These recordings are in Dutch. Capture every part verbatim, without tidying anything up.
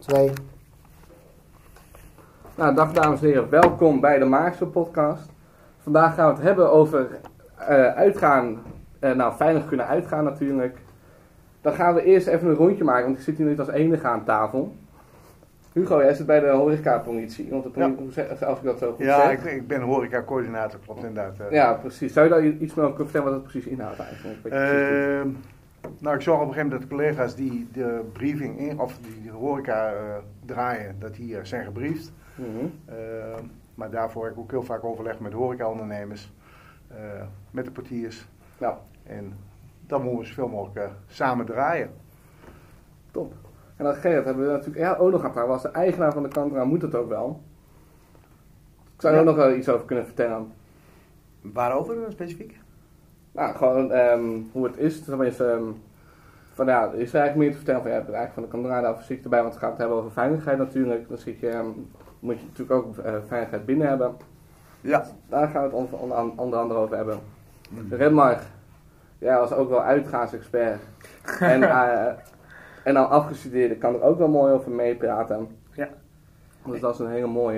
twee. Nou, dag dames en heren, welkom bij de Maagse podcast. Vandaag gaan we het hebben over uh, uitgaan, uh, nou veilig kunnen uitgaan natuurlijk. Dan gaan we eerst even een rondje maken, want ik zit hier niet als enige aan tafel. Hugo, jij zit bij de horeca-politie, want de politie, ja. Als ik dat zo goed ja, zeg. ik, ik ben horeca-coördinator, klopt inderdaad. Uh. Ja, precies. Zou je daar iets meer over kunnen vertellen wat het precies inhoudt eigenlijk? Uh, nou, ik zorg op een gegeven moment dat de collega's die de briefing, in, of die de horeca uh, draaien, dat die uh, zijn gebriefd. Mm-hmm. uh, maar daarvoor heb ik ook heel vaak overleg met horeca-ondernemers, uh, met de portiers. Ja. En dan moeten we zoveel mogelijk uh, samen draaien. Top. En dat Gerrit hebben we natuurlijk ja, ook nog aan vragen. Als de eigenaar van de Kantra moet het ook wel. Zou je ja. er ook nog wel iets over kunnen vertellen? Waarover specifiek? Nou, gewoon um, hoe het is. Tenminste, um, van ja, is er eigenlijk meer te vertellen van ja, eigenlijk van de Kantra, daar zit erbij, want we gaan het hebben over veiligheid natuurlijk. Dan zit je, um, moet je natuurlijk ook uh, veiligheid binnen hebben. Ja. Daar gaan we het onder, onder, onder andere over hebben. Mm. Redmar, jij was ook wel uitgaansexpert. en, uh, en dan afgestudeerde kan er ook wel mooi over meepraten. Ja. Dus dat is een hele mooie.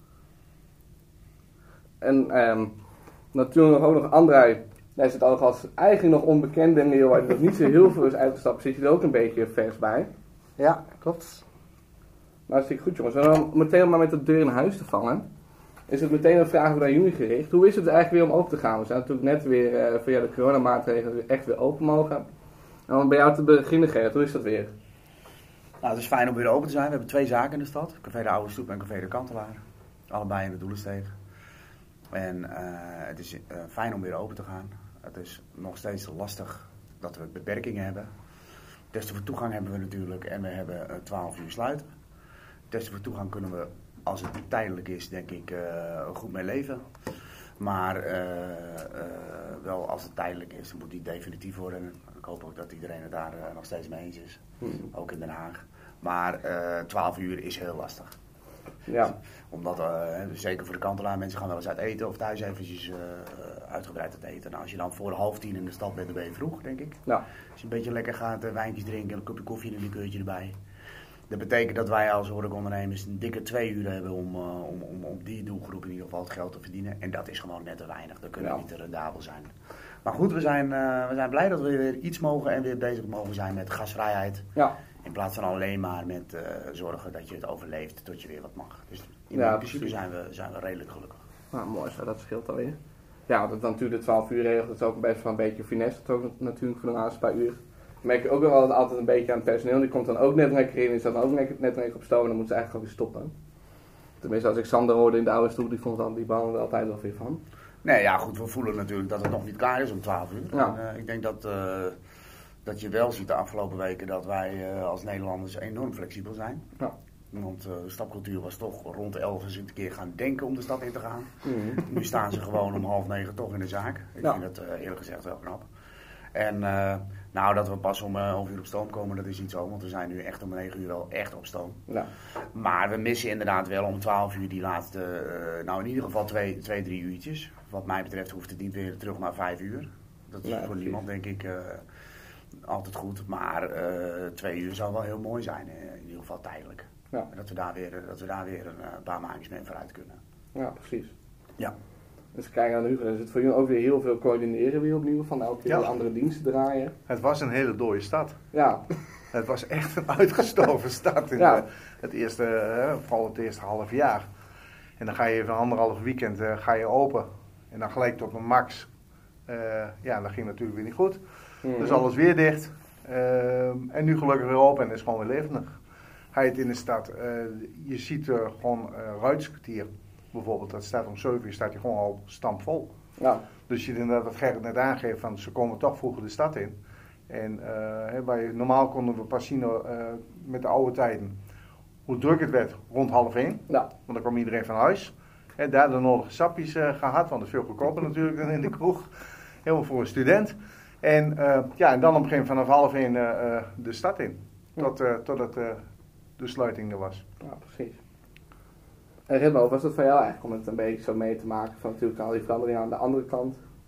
En um, natuurlijk ook nog André. Hij zit ook als eigenlijk nog onbekende Neel, waar nog niet zo heel veel is uitgestapt, zit je er ook een beetje vers bij. Ja, klopt. Nou, dat is goed jongens. En dan meteen maar met de deur in huis te vangen, is het meteen een vraag naar jullie gericht. Hoe is het eigenlijk weer om open te gaan? We zijn natuurlijk net weer uh, via de coronamaatregelen weer echt weer open mogen. En dan bij jou te beginnen, Gerrit, hoe is dat weer? Nou, het is fijn om weer open te zijn. We hebben twee zaken in de stad. Café de Oude Stoep en Café de Kantelaar. Allebei in de Doelensteeg. En uh, het is uh, fijn om weer open te gaan. Het is nog steeds lastig dat we beperkingen hebben. Testen voor toegang hebben we natuurlijk en we hebben uh, twaalf uur sluiten. Testen voor toegang kunnen we, als het tijdelijk is, denk ik, uh, goed mee leven. Maar uh, uh, wel als het tijdelijk is, dan moet die definitief worden. Ik hoop ook dat iedereen het daar uh, nog steeds mee eens is. Hmm. Ook in Den Haag. Maar uh, twaalf uur is heel lastig. Ja. Omdat, uh, zeker voor de Kantelaar, mensen gaan wel eens uit eten of thuis eventjes uh, uitgebreid uit eten. Nou, als je dan voor half tien in de stad bent, dan ben je vroeg, denk ik. Ja. Als je een beetje lekker gaat, uh, wijntjes drinken, een kopje koffie en een likeurtje erbij. Dat betekent dat wij als horecaondernemers een dikke twee uur hebben om, uh, om, om, om die doelgroep in ieder geval het geld te verdienen. En dat is gewoon net te weinig, dat kunnen we ja. niet te rendabel zijn. Maar goed, we zijn, uh, we zijn blij dat we weer iets mogen en weer bezig mogen zijn met gasvrijheid. Ja. In plaats van alleen maar met uh, zorgen dat je het overleeft tot je weer wat mag. Dus in ja, principe zijn we, zijn we redelijk gelukkig. Nou, mooi zo, dat scheelt alweer. Ja, want het natuurlijk de twaalf uur regel, dat is ook best wel een beetje finesse. Dat ook natuurlijk voor de laatste paar uur. Dan merk je ook wel altijd een beetje aan het personeel. Die komt dan ook net lekker in, is dan ook net, net lekker op stoom en dan moeten ze eigenlijk ook weer stoppen. Tenminste, als ik Sander hoorde in de oude stoel, die vond dan die banden er altijd wel weer van. Nee, ja goed, we voelen natuurlijk dat het nog niet klaar is om twaalf uur. Ja. En, uh, ik denk dat... Uh, Dat je wel ziet de afgelopen weken dat wij uh, als Nederlanders enorm flexibel zijn. Ja. Want uh, de stapcultuur was toch rond de elf eens een keer gaan denken om de stad in te gaan. Mm-hmm. Nu staan ze gewoon om half negen toch in de zaak. Ik ja. vind dat uh, eerlijk gezegd wel knap. En uh, nou dat we pas om elf uh, uur op stoom komen, dat is niet zo. Want we zijn nu echt om negen uur wel echt op stoom. Ja. Maar we missen inderdaad wel om twaalf uur die laatste, uh, nou in ieder geval twee, twee, drie uurtjes. Wat mij betreft hoeft het niet weer terug naar vijf uur. Dat is ja, voor precies. niemand denk ik... Uh, altijd goed, maar uh, twee uur zou wel heel mooi zijn, in ieder geval tijdelijk. Ja. Dat we daar weer, dat we daar weer een uh, paar maandjes mee vooruit kunnen. Ja, precies. Ja. Dus kijken naar nu, is het voor jullie ook weer heel veel coördineren weer opnieuw, van elke keer ja. andere diensten draaien. Het was een hele dode stad. Ja. Het was echt een uitgestorven stad in ja. de, het eerste, uh, vooral het eerste half jaar. En dan ga je even een anderhalf weekend uh, ga je open en dan gelijk tot een max. Uh, ja, dat ging natuurlijk weer niet goed. Mm-hmm. Dus alles weer dicht. Uh, en nu gelukkig weer open en het is gewoon weer levendig. Ga je het in de stad, uh, je ziet uh, gewoon uh, Ruitskwartier bijvoorbeeld, dat staat om zeven uur, staat je gewoon al stampvol. Ja. Dus je inderdaad wat Gerrit net aangeeft, van ze komen toch vroeger de stad in. En uh, bij, normaal konden we pas zien uh, met de oude tijden hoe druk het werd rond half één. Ja. Want dan kwam iedereen van huis. En daar de nodige sapjes uh, gehad, want dat is veel goedkoper natuurlijk dan in de kroeg. Helemaal voor een student. En, uh, ja, en dan op een gegeven moment vanaf half één uh, uh, de stad in. Tot, uh, totdat uh, de sluiting er was. Ja, precies. En Rimmo, was dat voor jou eigenlijk om het een beetje zo mee te maken van natuurlijk al die veranderingen aan de andere kant?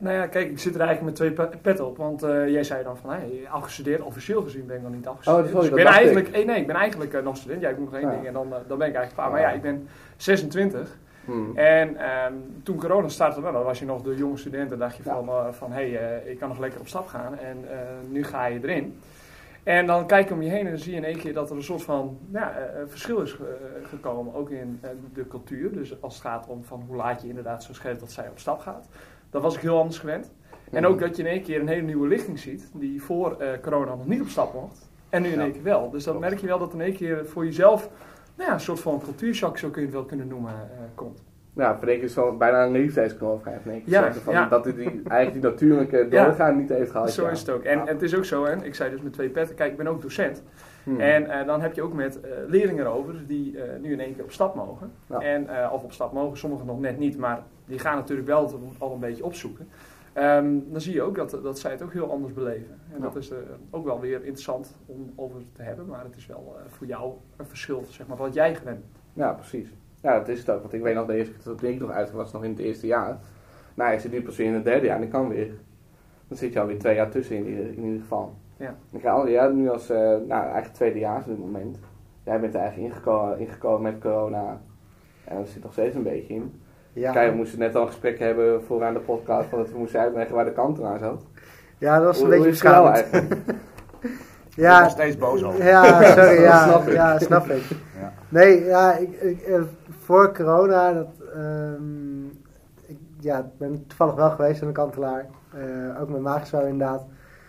Nou ja, kijk, ik zit er eigenlijk met twee petten op. Want uh, jij zei dan van, hey, afgestudeerd, officieel gezien ben ik nog niet afgestudeerd. Oh, sorry, dus ik ben eigenlijk, ik. nee, ik ben eigenlijk uh, nog student. Ja, ik moet nog één ja. ding en dan, uh, dan ben ik eigenlijk klaar. Maar ja, ik ben zesentwintig. Hmm. En um, toen corona startte, nou, dan was je nog de jonge student en dacht je van, ja. uh, van hé, hey, uh, ik kan nog lekker op stap gaan. En uh, nu ga je erin. En dan kijk je om je heen en dan zie je in één keer dat er een soort van ja, uh, verschil is uh, gekomen, ook in uh, de cultuur. Dus als het gaat om van hoe laat je inderdaad zo schreef dat zij op stap gaat. Dat was ik heel anders gewend. Mm. En ook dat je in één keer een hele nieuwe lichting ziet, die voor uh, corona nog niet op stap mocht. En nu in één keer wel. Dus dan merk je wel dat in één keer voor jezelf nou ja, een soort van cultuurshock, zo kun je het wel kunnen noemen, uh, komt. Ja, voor is wel bijna een leeftijdsknop vijf. Nee, ja, van ja. Dat hij die, eigenlijk die natuurlijke doorgaan ja. niet heeft gehad. Zo ja. is het ook. En, ja. en het is ook zo, hè, ik zei dus met twee petten, kijk, ik ben ook docent. Hmm. En uh, dan heb je ook met uh, leerlingen erover die uh, nu in één keer op stap mogen. Ja. En, uh, of op stap mogen, sommigen nog net niet, maar die gaan natuurlijk wel het al een beetje opzoeken. Um, dan zie je ook dat, dat zij het ook heel anders beleven. En ja. dat is uh, ook wel weer interessant om over te hebben, maar het is wel uh, voor jou een verschil, zeg maar, wat jij gewend bent. Ja, precies. Ja, dat is het ook. Want ik weet nog, de eerste keer dat ik nog uitging was nog in het eerste jaar. Nou, je zit nu pas weer in het derde jaar en ik kan weer. Dan zit je alweer twee jaar tussen in ieder, in ieder geval. Ja. Ik ga al, ja, nu als, uh, nou, eigenlijk tweedejaars op dit moment. Jij bent er eigenlijk ingekomen, ingekomen met corona. En dat zit nog steeds een beetje in. Ja. Kijk, we moesten net al een gesprek hebben vooraan de podcast, van dat we moesten uitleggen waar de kant aan zat. Ja, dat was een hoe, beetje beschamend. eigenlijk. Ja, ik ben nog steeds boos over. Ja, sorry, ja, snap ik. ja, snap ik. Ja. Nee, ja, ik, ik, voor corona, dat, um, ik ja, ben toevallig wel geweest aan de kantelaar. Uh, ook met Magzo inderdaad.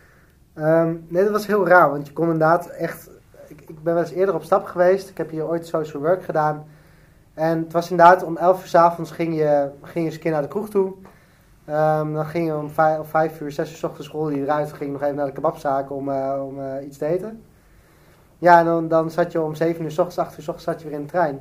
Um, nee, dat was heel raar, want je kon inderdaad echt... Ik, ik ben wel eens eerder op stap geweest. Ik heb hier ooit social work gedaan. En het was inderdaad om elf uur 's avonds ging je, ging je eens een keer naar de kroeg toe. Um, dan ging je om vijf, om vijf uur, zes uur 's ochtends school je eruit. Ging je nog even naar de kebabzaak om, uh, om uh, iets te eten. Ja, en dan, dan zat je om zeven uur 's ochtends, acht uur 's ochtends zat je weer in de trein.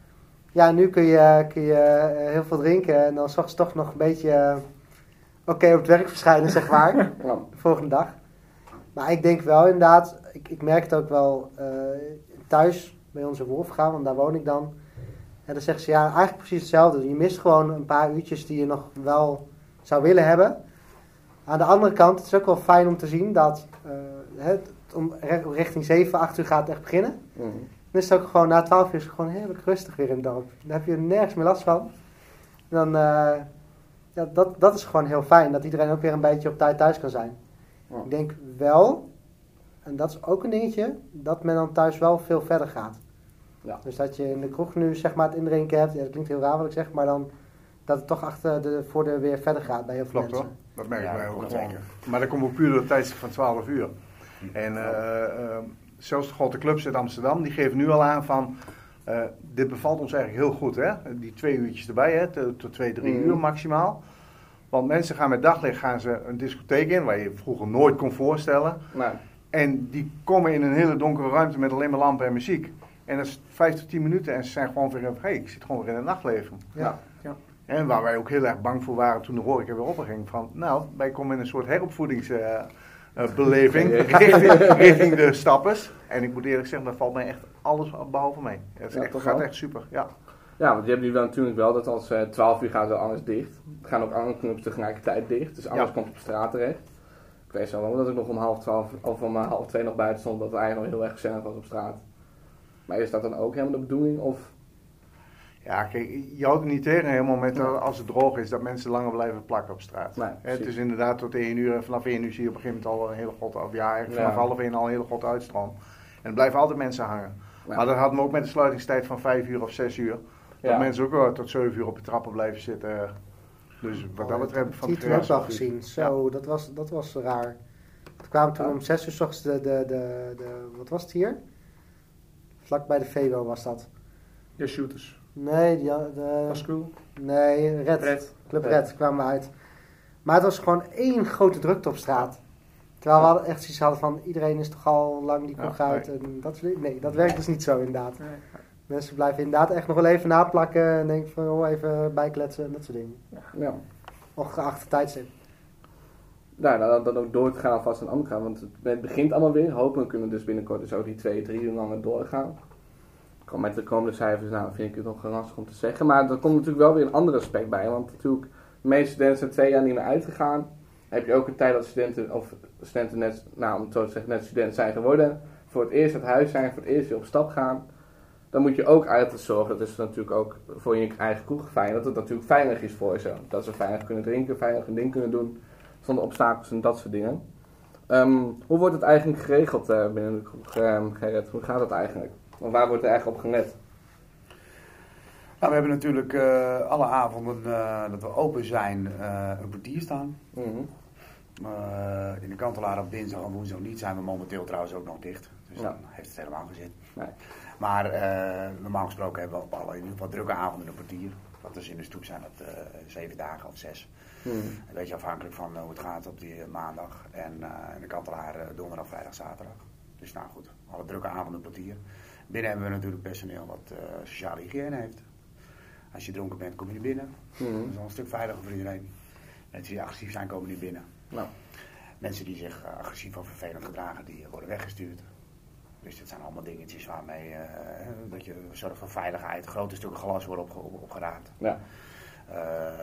Ja, nu kun je, kun je uh, heel veel drinken en dan 's ochtends toch nog een beetje uh, oké okay, op het werk verschijnen, zeg maar. Ja. De volgende dag. Maar ik denk wel inderdaad, ik, ik merk het ook wel uh, thuis bij onze Wolfgaan, want daar woon ik dan. En dan zeggen ze ja, eigenlijk precies hetzelfde. Je mist gewoon een paar uurtjes die je nog wel zou willen hebben. Aan de andere kant, het is ook wel fijn om te zien dat uh, het om richting zeven, acht uur gaat het echt beginnen. Mm-hmm. Dan is het ook gewoon na twaalf uur gewoon heerlijk rustig weer in het dorp. Dan heb je nergens meer last van. En dan, uh, ja, dat, dat is gewoon heel fijn, dat iedereen ook weer een beetje op tijd thuis kan zijn. Mm. Ik denk wel, en dat is ook een dingetje, dat men dan thuis wel veel verder gaat. Ja. Dus dat je in de kroeg nu zeg maar het indrinken hebt, ja, dat klinkt heel raar wat ik zeg, maar dan dat het toch achter de voordeur weer verder gaat bij heel veel Klopt, mensen. Hoor. Dat merk ik ja, bij ook gewoon. zeker. Maar dat komt ook puur door het tijdstip van twaalf uur. En uh, uh, zelfs de grote clubs in Amsterdam, die geven nu al aan van, uh, dit bevalt ons eigenlijk heel goed, hè? Die twee uurtjes erbij, hè? Tot, tot twee, drie mm. uur maximaal. Want mensen gaan met daglicht gaan ze een discotheek in, waar je vroeger nooit kon voorstellen. Nee. En die komen in een hele donkere ruimte met alleen maar lampen en muziek. En dat is vijf tot tien minuten en ze zijn gewoon weer, hey, ik zit gewoon weer in het nachtleven. Ja. Ja. En waar wij ook heel erg bang voor waren toen de horeca weer opging. Van, nou, wij komen in een soort heropvoedingsbeleving uh, uh, richting, richting de stappers. En ik moet eerlijk zeggen, dat valt mij echt alles behalve mee. Het ja, echt, gaat wel. Echt super, ja. Ja, want je hebt nu wel natuurlijk wel dat als uh, twaalf uur gaat wel alles dicht. Het gaan ook andere clubs tegelijkertijd dicht, dus alles ja. komt op straat terecht. Ik weet zo wel dat ik nog om half twaalf of om half twee nog buiten stond, dat het eigenlijk nog heel erg gezellig was op straat. Maar is dat dan ook helemaal de bedoeling? Of? Ja, kijk, je houdt er niet tegen helemaal met ja. als het droog is dat mensen langer blijven plakken op straat. Nee, het is inderdaad tot één uur en vanaf één uur zie je op een gegeven moment al een hele god, of ja, eigenlijk vanaf ja. half één al een hele god uitstroom. En er blijven altijd mensen hangen. Ja. Maar dat hadden we ook met de sluitingstijd van vijf uur of zes uur. Dat ja. mensen ook wel tot zeven uur op de trappen blijven zitten. Dus wat dat betreft van het ook wel gezien. Zo, ja. dat, was, dat was raar. We kwamen toen ja. om zes uur 's ochtends de, de, de, de, wat was het hier? Vlak bij de Vebo was dat. De shooters. Nee, die, de... Pascool? Nee, Red. Red. Club Red, Red kwamen we uit. Maar het was gewoon één grote drukte op straat. Terwijl we hadden echt zoiets hadden van, iedereen is toch al lang die kroeg ja, uit. Nee. En dat, nee, dat werkt dus niet zo inderdaad. Nee. Mensen blijven inderdaad echt nog wel even naplakken en denken van, oh, even bijkletsen en dat soort dingen. Ja. ja. Ongeacht de tijdstip. Nou, dan, dan ook door te gaan vast een ander gaan, want het begint allemaal weer. Hopelijk kunnen we dus binnenkort dus ook die twee, drie uur langer doorgaan. Met de komende cijfers, nou, vind ik het nog lastig om te zeggen. Maar er komt natuurlijk wel weer een ander aspect bij, want natuurlijk De meeste studenten zijn twee jaar niet meer uitgegaan. Dan heb je ook een tijd dat studenten, of studenten net, nou om het zo te zeggen, net student zijn geworden. Voor het eerst uit huis zijn, voor het eerst weer op stap gaan. Dan moet je ook altijd zorgen, dat is natuurlijk ook voor je eigen kroeg fijn, dat het natuurlijk veilig is voor ze. Dat ze veilig kunnen drinken, veilig hun ding kunnen doen, zonder obstakels en dat soort dingen. Um, hoe wordt het eigenlijk geregeld uh, binnen de kroeg, um, Gerrit? Hoe gaat het eigenlijk? En waar wordt er eigenlijk op gelet? Nou, we hebben natuurlijk uh, alle avonden uh, dat we open zijn uh, een portier staan. Mm-hmm. Uh, in de Kantelaar op dinsdag en woensdag niet, zijn we momenteel trouwens ook nog dicht. Dus ja. Dan heeft het helemaal geen zin. Nee. Maar uh, normaal gesproken hebben we op alle in ieder geval drukke avonden een portier. Dat is in de stoep zijn dat uh, zeven dagen of zes. Mm. Een beetje afhankelijk van uh, hoe het gaat op die uh, maandag. En uh, in de Kantelaar uh, donderdag, vrijdag, zaterdag. Dus nou goed, alle drukke avonden portier. Binnen hebben we natuurlijk personeel wat uh, sociale hygiëne heeft. Als je dronken bent, kom je niet binnen. Mm. Dat is al een stuk veiliger voor iedereen. Mensen die agressief zijn, komen niet binnen. Nou. Mensen die zich uh, agressief of vervelend gedragen, die worden weggestuurd. Dus dit zijn allemaal dingetjes waarmee uh, dat je zorgt voor veiligheid. Grote stukken glas worden opge op, opgeraapt. Ja. Uh,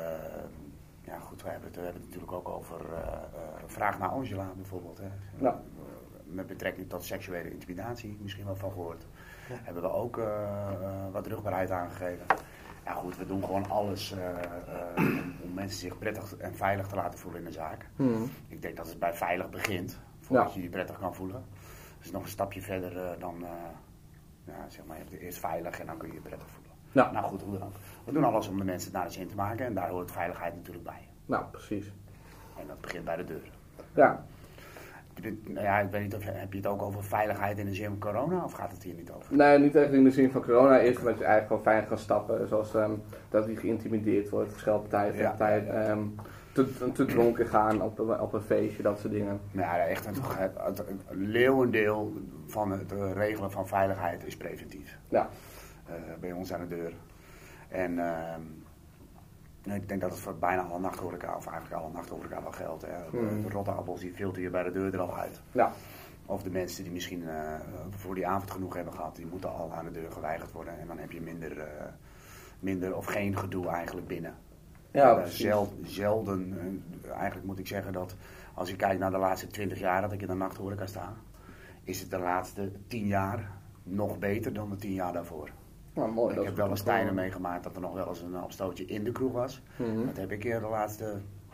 ja goed, we hebben, het, we hebben het natuurlijk ook over uh, uh, vraag naar Angela bijvoorbeeld. Hè. Ja. Met betrekking tot seksuele intimidatie, misschien wel van gehoord. Ja. Hebben we ook uh, uh, wat rugbaarheid aangegeven. Ja goed, we doen gewoon alles uh, uh, om mensen zich prettig en veilig te laten voelen in de zaak. Mm. Ik denk dat het bij veilig begint, voordat ja. je je prettig kan voelen. Dus nog een stapje verder uh, dan, uh, ja, zeg maar, je hebt eerst veilig en dan kun je je prettig voelen. Ja. Nou goed, hoe dan ook. We doen alles om de mensen naar de zin te maken en daar hoort veiligheid natuurlijk bij. Nou, precies. En dat begint bij de deur. Ja. Nou ja, ik weet niet of je, heb je het ook over veiligheid in de zin van corona of gaat het hier niet over? Nee, niet echt in de zin van corona. Eerst dat je eigenlijk gewoon veilig kan stappen, zoals um, dat hij geïntimideerd wordt, scheldpartij, vechtpartij, ja. um, te, te dronken gaan op, op een feestje, dat soort dingen. Ja, echt het, het, het, het leeuwendeel van het uh, regelen van veiligheid is preventief. Ja. Uh, bij ons aan de deur. En uh, ik denk dat het voor bijna alle nachthoreca, of eigenlijk alle nachthoreca wel geldt. Hè. Mm. De rotte appels die filter je bij de deur er al uit. Ja. Of de mensen die misschien uh, voor die avond genoeg hebben gehad, die moeten al aan de deur geweigerd worden. En dan heb je minder, uh, minder of geen gedoe eigenlijk binnen. Ja, uh, zel, zelden, uh, eigenlijk moet ik zeggen dat als ik kijk naar de laatste twintig jaar dat ik in de nachthoreca sta, is het de laatste tien jaar nog beter dan de tien jaar daarvoor. Nou, mooi, ik heb wel eens tijden meegemaakt dat er nog wel eens een opstootje in de kroeg was. Mm-hmm. Dat heb ik hier de laatste,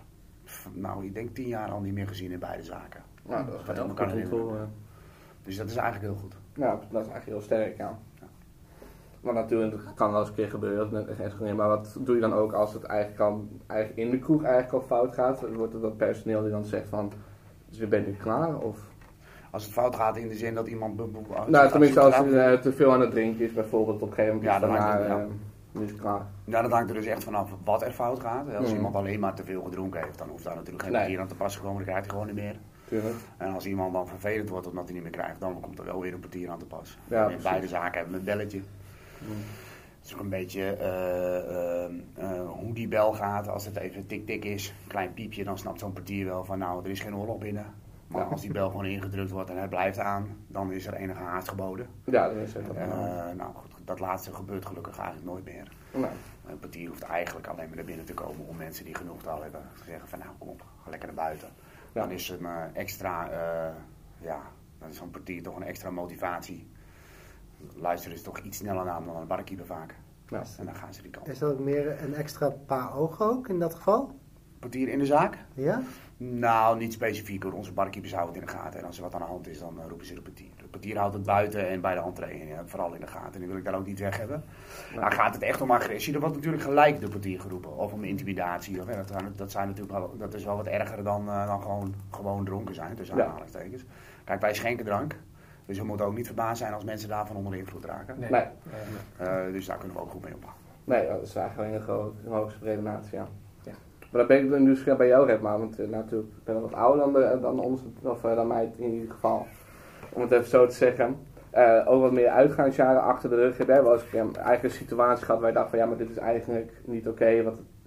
nou ik denk tien jaar al niet meer gezien in beide zaken. Nou, dat is dat heel goed voor, uh... Dus dat is eigenlijk heel goed. Ja, dat is eigenlijk heel sterk, ja. ja. Maar natuurlijk kan wel eens een keer gebeuren, dat is net geen maar wat doe je dan ook als het eigenlijk, al, eigenlijk in de kroeg eigenlijk al fout gaat? Wordt het dat personeel die dan zegt van, dus je bent nu klaar? Of... Als het fout gaat in de zin dat iemand... Nou, tenminste als hij uh, te veel aan het drinken is bijvoorbeeld op een gegeven moment. Ja, dan hangt het, ja. Nu is het klaar. Ja, dat hangt er dus echt vanaf wat er fout gaat. Als mm. iemand alleen maar te veel gedronken heeft, dan hoeft daar natuurlijk geen nee. portier aan te passen komen, dan krijgt hij gewoon niet meer. Tuurlijk. En als iemand dan vervelend wordt omdat hij niet meer krijgt, dan komt er wel weer een portier aan te pas. Ja, in beide zaken hebben we een belletje. Mm. Het is ook een beetje uh, uh, uh, hoe die bel gaat. Als het even tik-tik is, een klein piepje, dan snapt zo'n portier wel van nou, er is geen oorlog binnen. Maar ja. Als die bel gewoon ingedrukt wordt en hij blijft aan, dan is er enige haast geboden. Ja, dat is het. Uh, nou goed, dat laatste gebeurt gelukkig eigenlijk nooit meer. Nee. Een portier hoeft eigenlijk alleen maar naar binnen te komen om mensen die genoeg taal hebben te zeggen van nou kom op, ga lekker naar buiten. Ja. Dan is een uh, extra, uh, ja, dan is zo'n portier toch een extra motivatie. Luisteren is toch iets sneller naar dan een barkeeper vaak. Ja. En dan gaan ze die kant. Is dat ook meer een extra paar ogen ook in dat geval? Portier in de zaak? Ja? Nou, niet specifiek hoor. Onze barkeepers houden het in de gaten. En als er wat aan de hand is, dan uh, roepen ze de portier. De portier houdt het buiten en bij de entree. En, ja, vooral in de gaten. En die wil ik daar ook niet weg hebben. Ja. Maar gaat het echt om agressie, dan wordt natuurlijk gelijk de portier geroepen. Of om intimidatie. Of, ja, dat, zijn, dat, zijn natuurlijk wel, dat is wel wat erger dan, uh, dan gewoon, gewoon dronken zijn. Tussen aanhalingstekens. Kijk, wij schenken drank. Dus we moeten ook niet verbaasd zijn als mensen daarvan onder invloed raken. Nee. nee. Uh, dus daar kunnen we ook goed mee omgaan. Nee, dat is eigenlijk een, groot, een hoogste redenatie, ja. ja. Maar dan ben ik dus bij jou, Redma, want uh, natuurlijk ik ben ik wat ouder dan, de, dan ons, of uh, dan mij in ieder geval. Om het even zo te zeggen. Uh, ook wat meer uitgaansjaren achter de rug. Heb jij wel eens uh, eigenlijk een situatie gehad waar je dacht van ja, maar dit is eigenlijk niet oké. Okay,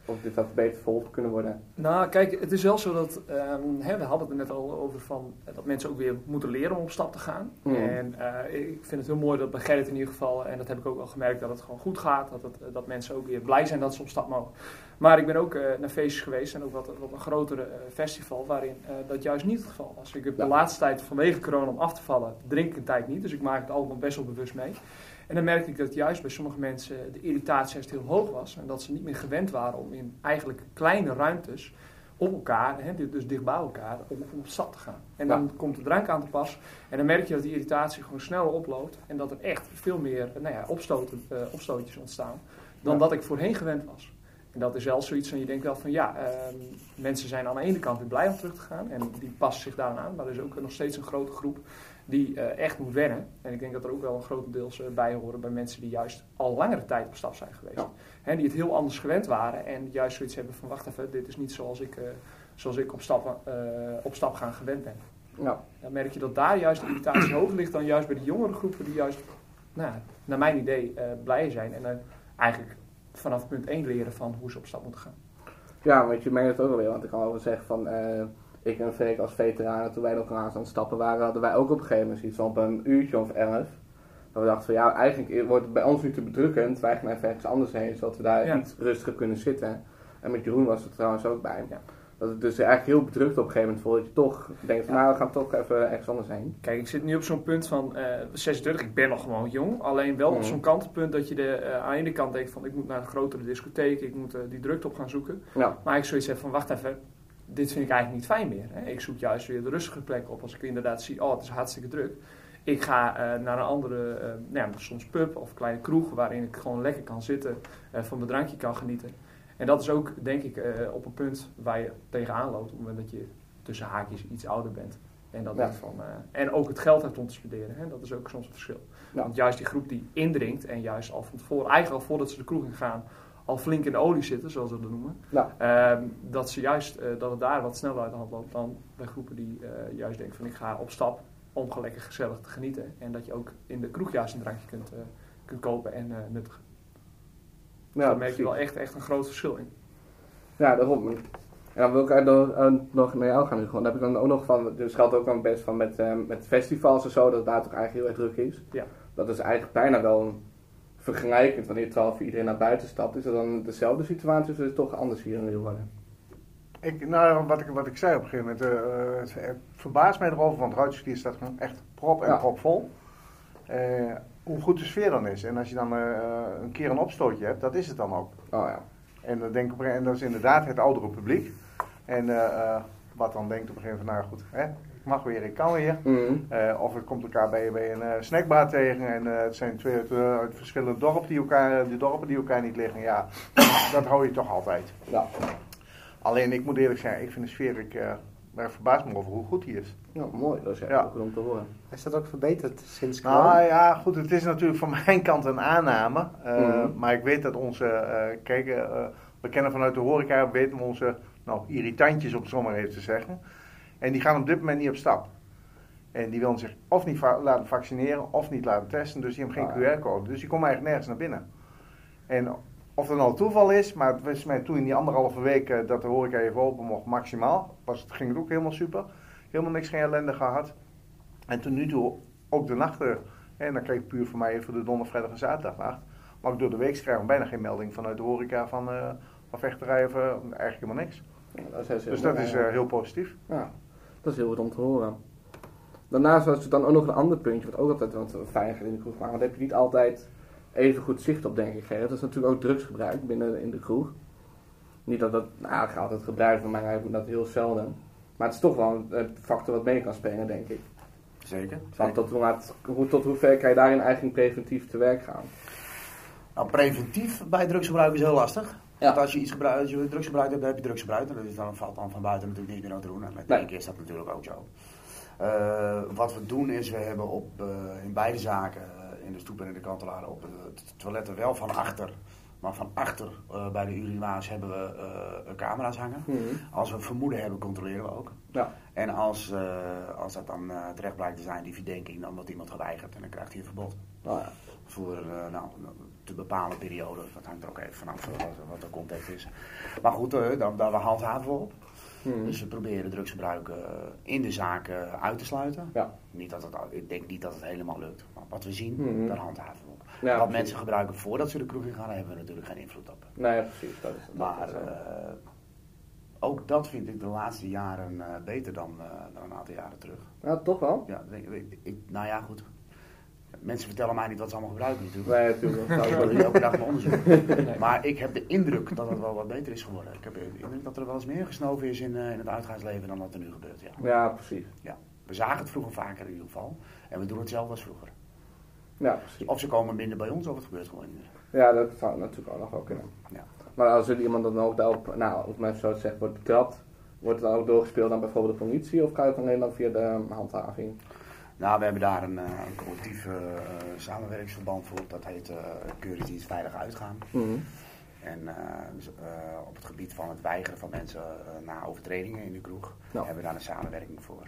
Of dit had beter verholpen kunnen worden? Nou, kijk, het is wel zo dat, um, hè, we hadden het er net al over van, dat mensen ook weer moeten leren om op stap te gaan. Mm. En uh, ik vind het heel mooi dat bij Gerrit in ieder geval, en dat heb ik ook al gemerkt, dat het gewoon goed gaat. Dat, het, dat mensen ook weer blij zijn dat ze op stap mogen. Maar ik ben ook uh, naar feestjes geweest en ook wat, wat een grotere uh, festival waarin uh, dat juist niet het geval was. Ik heb ja. de laatste tijd vanwege corona om af te vallen, drink ik een tijd niet. Dus ik maak het altijd best wel bewust mee. En dan merkte ik dat juist bij sommige mensen de irritatie juist heel hoog was. En dat ze niet meer gewend waren om in eigenlijk kleine ruimtes op elkaar, hè, dus dicht bij elkaar, om, om op stap te gaan. En dan ja. komt de drank aan te pas. En dan merk je dat die irritatie gewoon sneller oploopt. En dat er echt veel meer nou ja, opstoten, uh, opstootjes ontstaan dan ja. dat ik voorheen gewend was. En dat is wel zoiets en je denkt wel van ja, uh, mensen zijn aan de ene kant weer blij om terug te gaan. En die passen zich daaraan aan. Maar er is ook nog steeds een grote groep die uh, echt moet wennen. En ik denk dat er ook wel een grotendeels uh, bij horen bij mensen die juist al langere tijd op stap zijn geweest. Ja. Hè, die het heel anders gewend waren en juist zoiets hebben van wacht even, dit is niet zoals ik, uh, zoals ik op, stap, uh, op stap gaan gewend ben. Ja. Dan merk je dat daar juist de irritatie hoger ligt dan juist bij de jongere groepen die juist, nou, naar mijn idee, uh, blij zijn. En uh, eigenlijk vanaf punt één leren van hoe ze op stap moeten gaan. Ja, want je merkt het ook wel weer, want ik kan wel zeggen van... Uh, ik en Freek als veteranen, toen wij nog aan het stappen waren, hadden wij ook op een gegeven moment zoiets van op een uurtje of elf. Dat we dachten van ja, eigenlijk wordt het bij ons nu te bedrukkend, wij gaan even ergens anders heen, zodat we daar ja. iets rustiger kunnen zitten. En met Jeroen was er trouwens ook bij. Ja. Dat het dus eigenlijk heel bedrukt op een gegeven moment voelt, dat je toch denkt van ja. nou, we gaan toch even ergens anders heen. Kijk, ik zit nu op zo'n punt van uh, zesendertig, ik ben nog gewoon jong, alleen wel mm. op zo'n kantelpunt dat je de, uh, aan de ene kant denkt van ik moet naar een grotere discotheek, ik moet uh, die drukte op gaan zoeken. Ja. Maar ik zoiets heb van wacht even, dit vind ik eigenlijk niet fijn meer. Hè. Ik zoek juist weer de rustige plek op als ik inderdaad zie, oh het is hartstikke druk. Ik ga uh, naar een andere, uh, nou ja, soms pub of kleine kroeg waarin ik gewoon lekker kan zitten, uh, van mijn drankje kan genieten. En dat is ook, denk ik, uh, op een punt waar je tegenaan loopt, op het moment dat je tussen haakjes iets ouder bent. En, dat ja. van, uh, en ook het geld hebt om te spenderen. Hè. Dat is ook soms een verschil. Ja. Want juist die groep die indringt en juist al van tevoren, eigenlijk al voordat ze de kroeg in gaan, al flink in de olie zitten, zoals we dat noemen. Ja. Uh, dat, ze juist, uh, dat het daar wat sneller uit de hand loopt dan bij groepen die uh, juist denken van ik ga op stap om gewoon lekker gezellig te genieten. En dat je ook in de kroeg juist een drankje kunt, uh, kunt kopen en uh, nuttigen. Dus ja, daar merk je wel echt, echt een groot verschil in. Ja, daarom. En dan wil ik uh, nog naar jou gaan nu. Dan heb ik dan ook nog van, dus geldt ook dan best van met, uh, met festivals en zo, dat het daar toch eigenlijk heel erg druk is. Ja. Dat is eigenlijk bijna wel een vergelijkend wanneer twaalf iedereen naar buiten stapt. Is dat dan dezelfde situatie of is het toch anders hier in Leeuwarden? Ik, nou, wat ik, wat ik zei op een gegeven moment, uh, het, het verbaast mij erover, want Ruitseskier staat gewoon echt prop en ja. prop vol. Uh, hoe goed de sfeer dan is. En als je dan uh, een keer een opstootje hebt, dat is het dan ook. Oh ja. En, dan denk ik op, en dat is inderdaad het oudere publiek. En uh, uh, wat dan denkt op een gegeven moment, nou goed, hè, ik mag weer, ik kan weer. Mm-hmm. Uh, of het komt elkaar bij, bij een uh, snackbar tegen en uh, het zijn twee uit, uh, uit verschillende dorpen die, elkaar, die dorpen die elkaar niet liggen. Ja, dat hou je toch altijd. Ja. Alleen, ik moet eerlijk zijn, ik vind de sfeer, ik uh, ben verbaasd me over hoe goed die is. Ja, mooi, dat is echt ja. goed om te horen. Is dat ook verbeterd sinds corona? Nou ja, goed, het is natuurlijk van mijn kant een aanname. Uh, mm-hmm. Maar ik weet dat onze, uh, kijk, uh, we kennen vanuit de horeca, weten we onze nou, irritantjes, om het zo maar even te zeggen. En die gaan op dit moment niet op stap. En die willen zich of niet va- laten vaccineren, of niet laten testen, dus die hebben geen ah, ja. Q R-code. Dus die komen eigenlijk nergens naar binnen. En of dat nou toeval is, maar het was mij toen in die anderhalve week uh, dat de horeca even open mocht, maximaal, was het, ging het ook helemaal super. Helemaal niks, geen ellende gehad. En tot nu toe ook de nachten, en dan kreeg ik puur voor mij even de donderdag, vrijdag en zaterdagnacht. Maar ook door de week krijgen we bijna geen melding vanuit de horeca van, uh, van vechterij of uh, eigenlijk helemaal niks. Ja, dat is dus dat is uh, heel positief. Ja, dat is heel goed om te horen. Daarnaast was er dan ook nog een ander puntje, wat ook altijd wat veiliger in de kroeg maakt. Want daar heb je niet altijd even goed zicht op, denk ik. Gerrit. Dat is natuurlijk ook drugsgebruik binnen in de kroeg. Niet dat dat, nou, ik ga altijd gebruiken van mij, eigenlijk dat heel zelden. Maar het is toch wel een factor wat mee kan spelen, denk ik. Zeker. Want tot, hoe, tot hoe ver kan je daarin eigenlijk preventief te werk gaan? Nou, preventief bij drugsgebruik is heel lastig. Ja. Want als je iets gebruikt, als je drugs gebruikt hebt, dan heb je drugs gebruikt. Dus dan valt dan van buiten natuurlijk niets meer aan te doen. En met nee. één keer is dat natuurlijk ook zo. Uh, wat we doen is, we hebben op, uh, in beide zaken, uh, in de stoep en in de kantelaren, op de toiletten wel van achter. Maar van achter uh, bij de urinoirs hebben we uh, camera's hangen. Mm-hmm. Als we vermoeden hebben, controleren we ook. Ja. En als, uh, als dat dan uh, terecht blijkt te zijn, die verdenking, dan wordt iemand geweigerd en dan krijgt hij een verbod. Oh, ja. Voor, uh, nou, te bepalen periode. Dat hangt er ook even vanaf wat, wat de context is. Maar goed, uh, dan, dan handhaven we op. Hmm. Dus we proberen drugsgebruik uh, in de zaak uh, uit te sluiten. Ja. Niet dat het, ik denk niet dat het helemaal lukt. Maar wat we zien, hmm. daar handhaven we op. Ja, wat precies. mensen gebruiken voordat ze de kroeg in gaan, daar hebben we natuurlijk geen invloed op. Nee, precies. Dat is, dat maar uh, ook dat vind ik de laatste jaren uh, beter dan, uh, dan een aantal jaren terug. Ja, toch wel? Ja, ik, ik, ik, nou ja, goed. Mensen vertellen mij niet wat ze allemaal gebruiken natuurlijk. Nee, natuurlijk. Nou, ik doe elke dag mijn onderzoek. Nee. Maar ik heb de indruk dat het wel wat beter is geworden. Ik heb de indruk dat er wel eens meer gesnoven is in, uh, in het uitgaansleven dan wat er nu gebeurt. Ja, ja precies. Ja. We zagen het vroeger vaker in ieder geval. En we doen hetzelfde als vroeger. Ja, precies. Of ze komen minder bij ons of het gebeurt gewoon niet. Ja, dat zou natuurlijk ook nog wel kunnen. Ja. Maar als er iemand dan ook daarop, nou, of mensen zo zeggen, wordt betrapt, wordt het dan ook doorgespeeld aan bijvoorbeeld de politie of gaat het alleen dan via de handhaving? Nou, we hebben daar een, een collectief uh, samenwerkingsverband voor. Dat heet uh, Keuringsdienst Veilig Uitgaan. Mm-hmm. En uh, dus, uh, op het gebied van het weigeren van mensen uh, na overtredingen in de kroeg no. hebben we daar een samenwerking voor.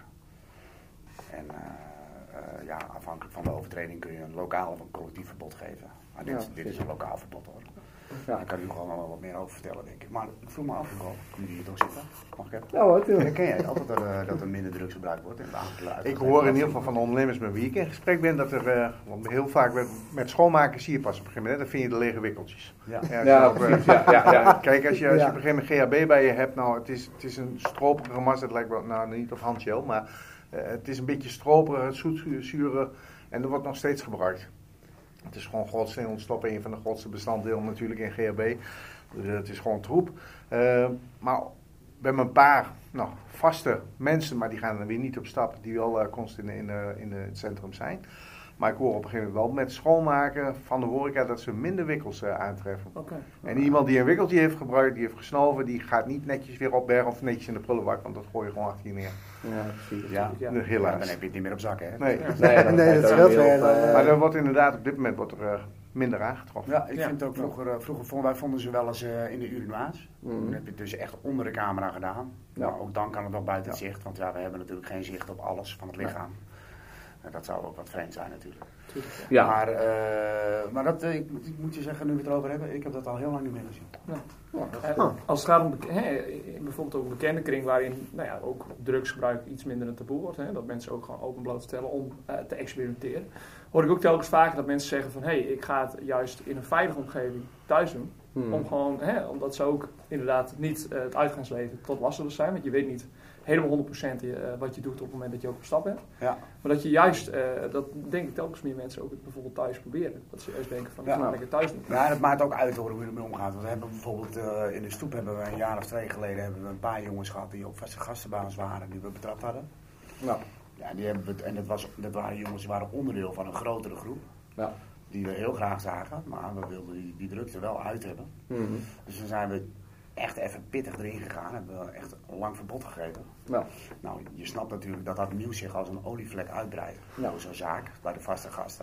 En uh, uh, ja, afhankelijk van de overtreding kun je een lokaal of een collectief verbod geven. Maar dit, ja, dit is een lokaal verbod hoor. Ja. Daar kan u gewoon wel wat meer over vertellen, denk ik. Maar ik vroeg me af, kom je hier toch zitten? Mag ik even? Ja hoor, tuurlijk. Ken jij altijd dat er, dat er minder drugs gebruikt wordt? In de ik hoor in ieder geval van de ondernemers met wie ik in gesprek ben, dat er, uh, want heel vaak met, met schoonmaken zie je pas op een gegeven moment, dan vind je de lege wikkeltjes. Ja, ja, ja, ook, uh, ja, ja, ja. Kijk, als je, als je op een gegeven moment G H B bij je hebt, nou het is, het is een stroperige massa, het lijkt wel, nou niet of handgel, maar uh, het is een beetje stroperig, het zoetzure en er wordt nog steeds gebruikt. Het is gewoon grootste ontstoppen, een van de grootste bestanddelen natuurlijk in G H B. Dus uh, het is gewoon troep. Uh, maar we hebben een paar nou, vaste mensen, maar die gaan er weer niet op stap, die wel uh, constant in, in, uh, in uh, het centrum zijn. Maar ik hoor op een gegeven moment wel met schoonmaken van de horeca dat ze minder wikkels uh, aantreffen. Okay. En iemand die een wikkeltje heeft gebruikt, die heeft gesnoven, die gaat niet netjes weer opbergen of netjes in de prullenbak, want dat gooi je gewoon achter je neer. Ja, precies. Ja. Ja. Helaas. Ja, dan heb je het niet meer op zak, hè? Nee, nee, nee, nee dat is wel weer. Uh, maar er wordt inderdaad op dit moment wordt er uh, minder aangetroffen. Ja, ik ja. vind het ook vroeger, uh, vroeger vonden wij vonden ze wel eens uh, in de urinoirs. Mm. Dan heb je het dus echt onder de camera gedaan. Ja. Maar ook dan kan het nog buiten het ja. zicht, want ja, we hebben natuurlijk geen zicht op alles van het lichaam. Ja. Dat zou ook wat vreemd zijn natuurlijk. Ja. Maar, uh, maar dat, uh, ik, ik moet je zeggen, nu we het erover hebben, ik heb dat al heel lang niet meer gezien. Ja. Ja, uh, als het gaat om he, bijvoorbeeld ook een bekende kring waarin nou ja, ook drugsgebruik iets minder een taboe wordt, he, dat mensen ook gewoon open blootstellen om uh, te experimenteren, hoor ik ook telkens vaker dat mensen zeggen van hé, hey, ik ga het juist in een veilige omgeving thuis doen, hmm. om gewoon, he, omdat ze ook inderdaad niet uh, het uitgaansleven tot last zullen zijn, want je weet niet helemaal honderd procent uh, wat je doet op het moment dat je ook op stap bent. Ja. Maar dat je juist, uh, dat denk ik telkens meer mensen ook bijvoorbeeld thuis proberen. Dat ze juist denken van, ik ja. ga lekker thuis doen. Ja, dat maakt ook uit hoor, hoe je ermee omgaat. Want we hebben bijvoorbeeld uh, in de stoep hebben we een jaar of twee geleden hebben we een paar jongens gehad die op vaste gastenbaas waren, die we betrapt hadden. Ja. Ja, die hebben we, en dat, was, dat waren jongens die waren onderdeel van een grotere groep. Ja. Die we heel graag zagen, maar we wilden die, die druk er wel uit hebben. Mm-hmm. Dus dan zijn we echt even pittig erin gegaan. Hebben we echt een lang verbod gegeven. Ja. Nou, je snapt natuurlijk dat dat nieuws zich als een olievlek uitbreidt. Ja. Door zo'n zaak, bij de vaste gasten.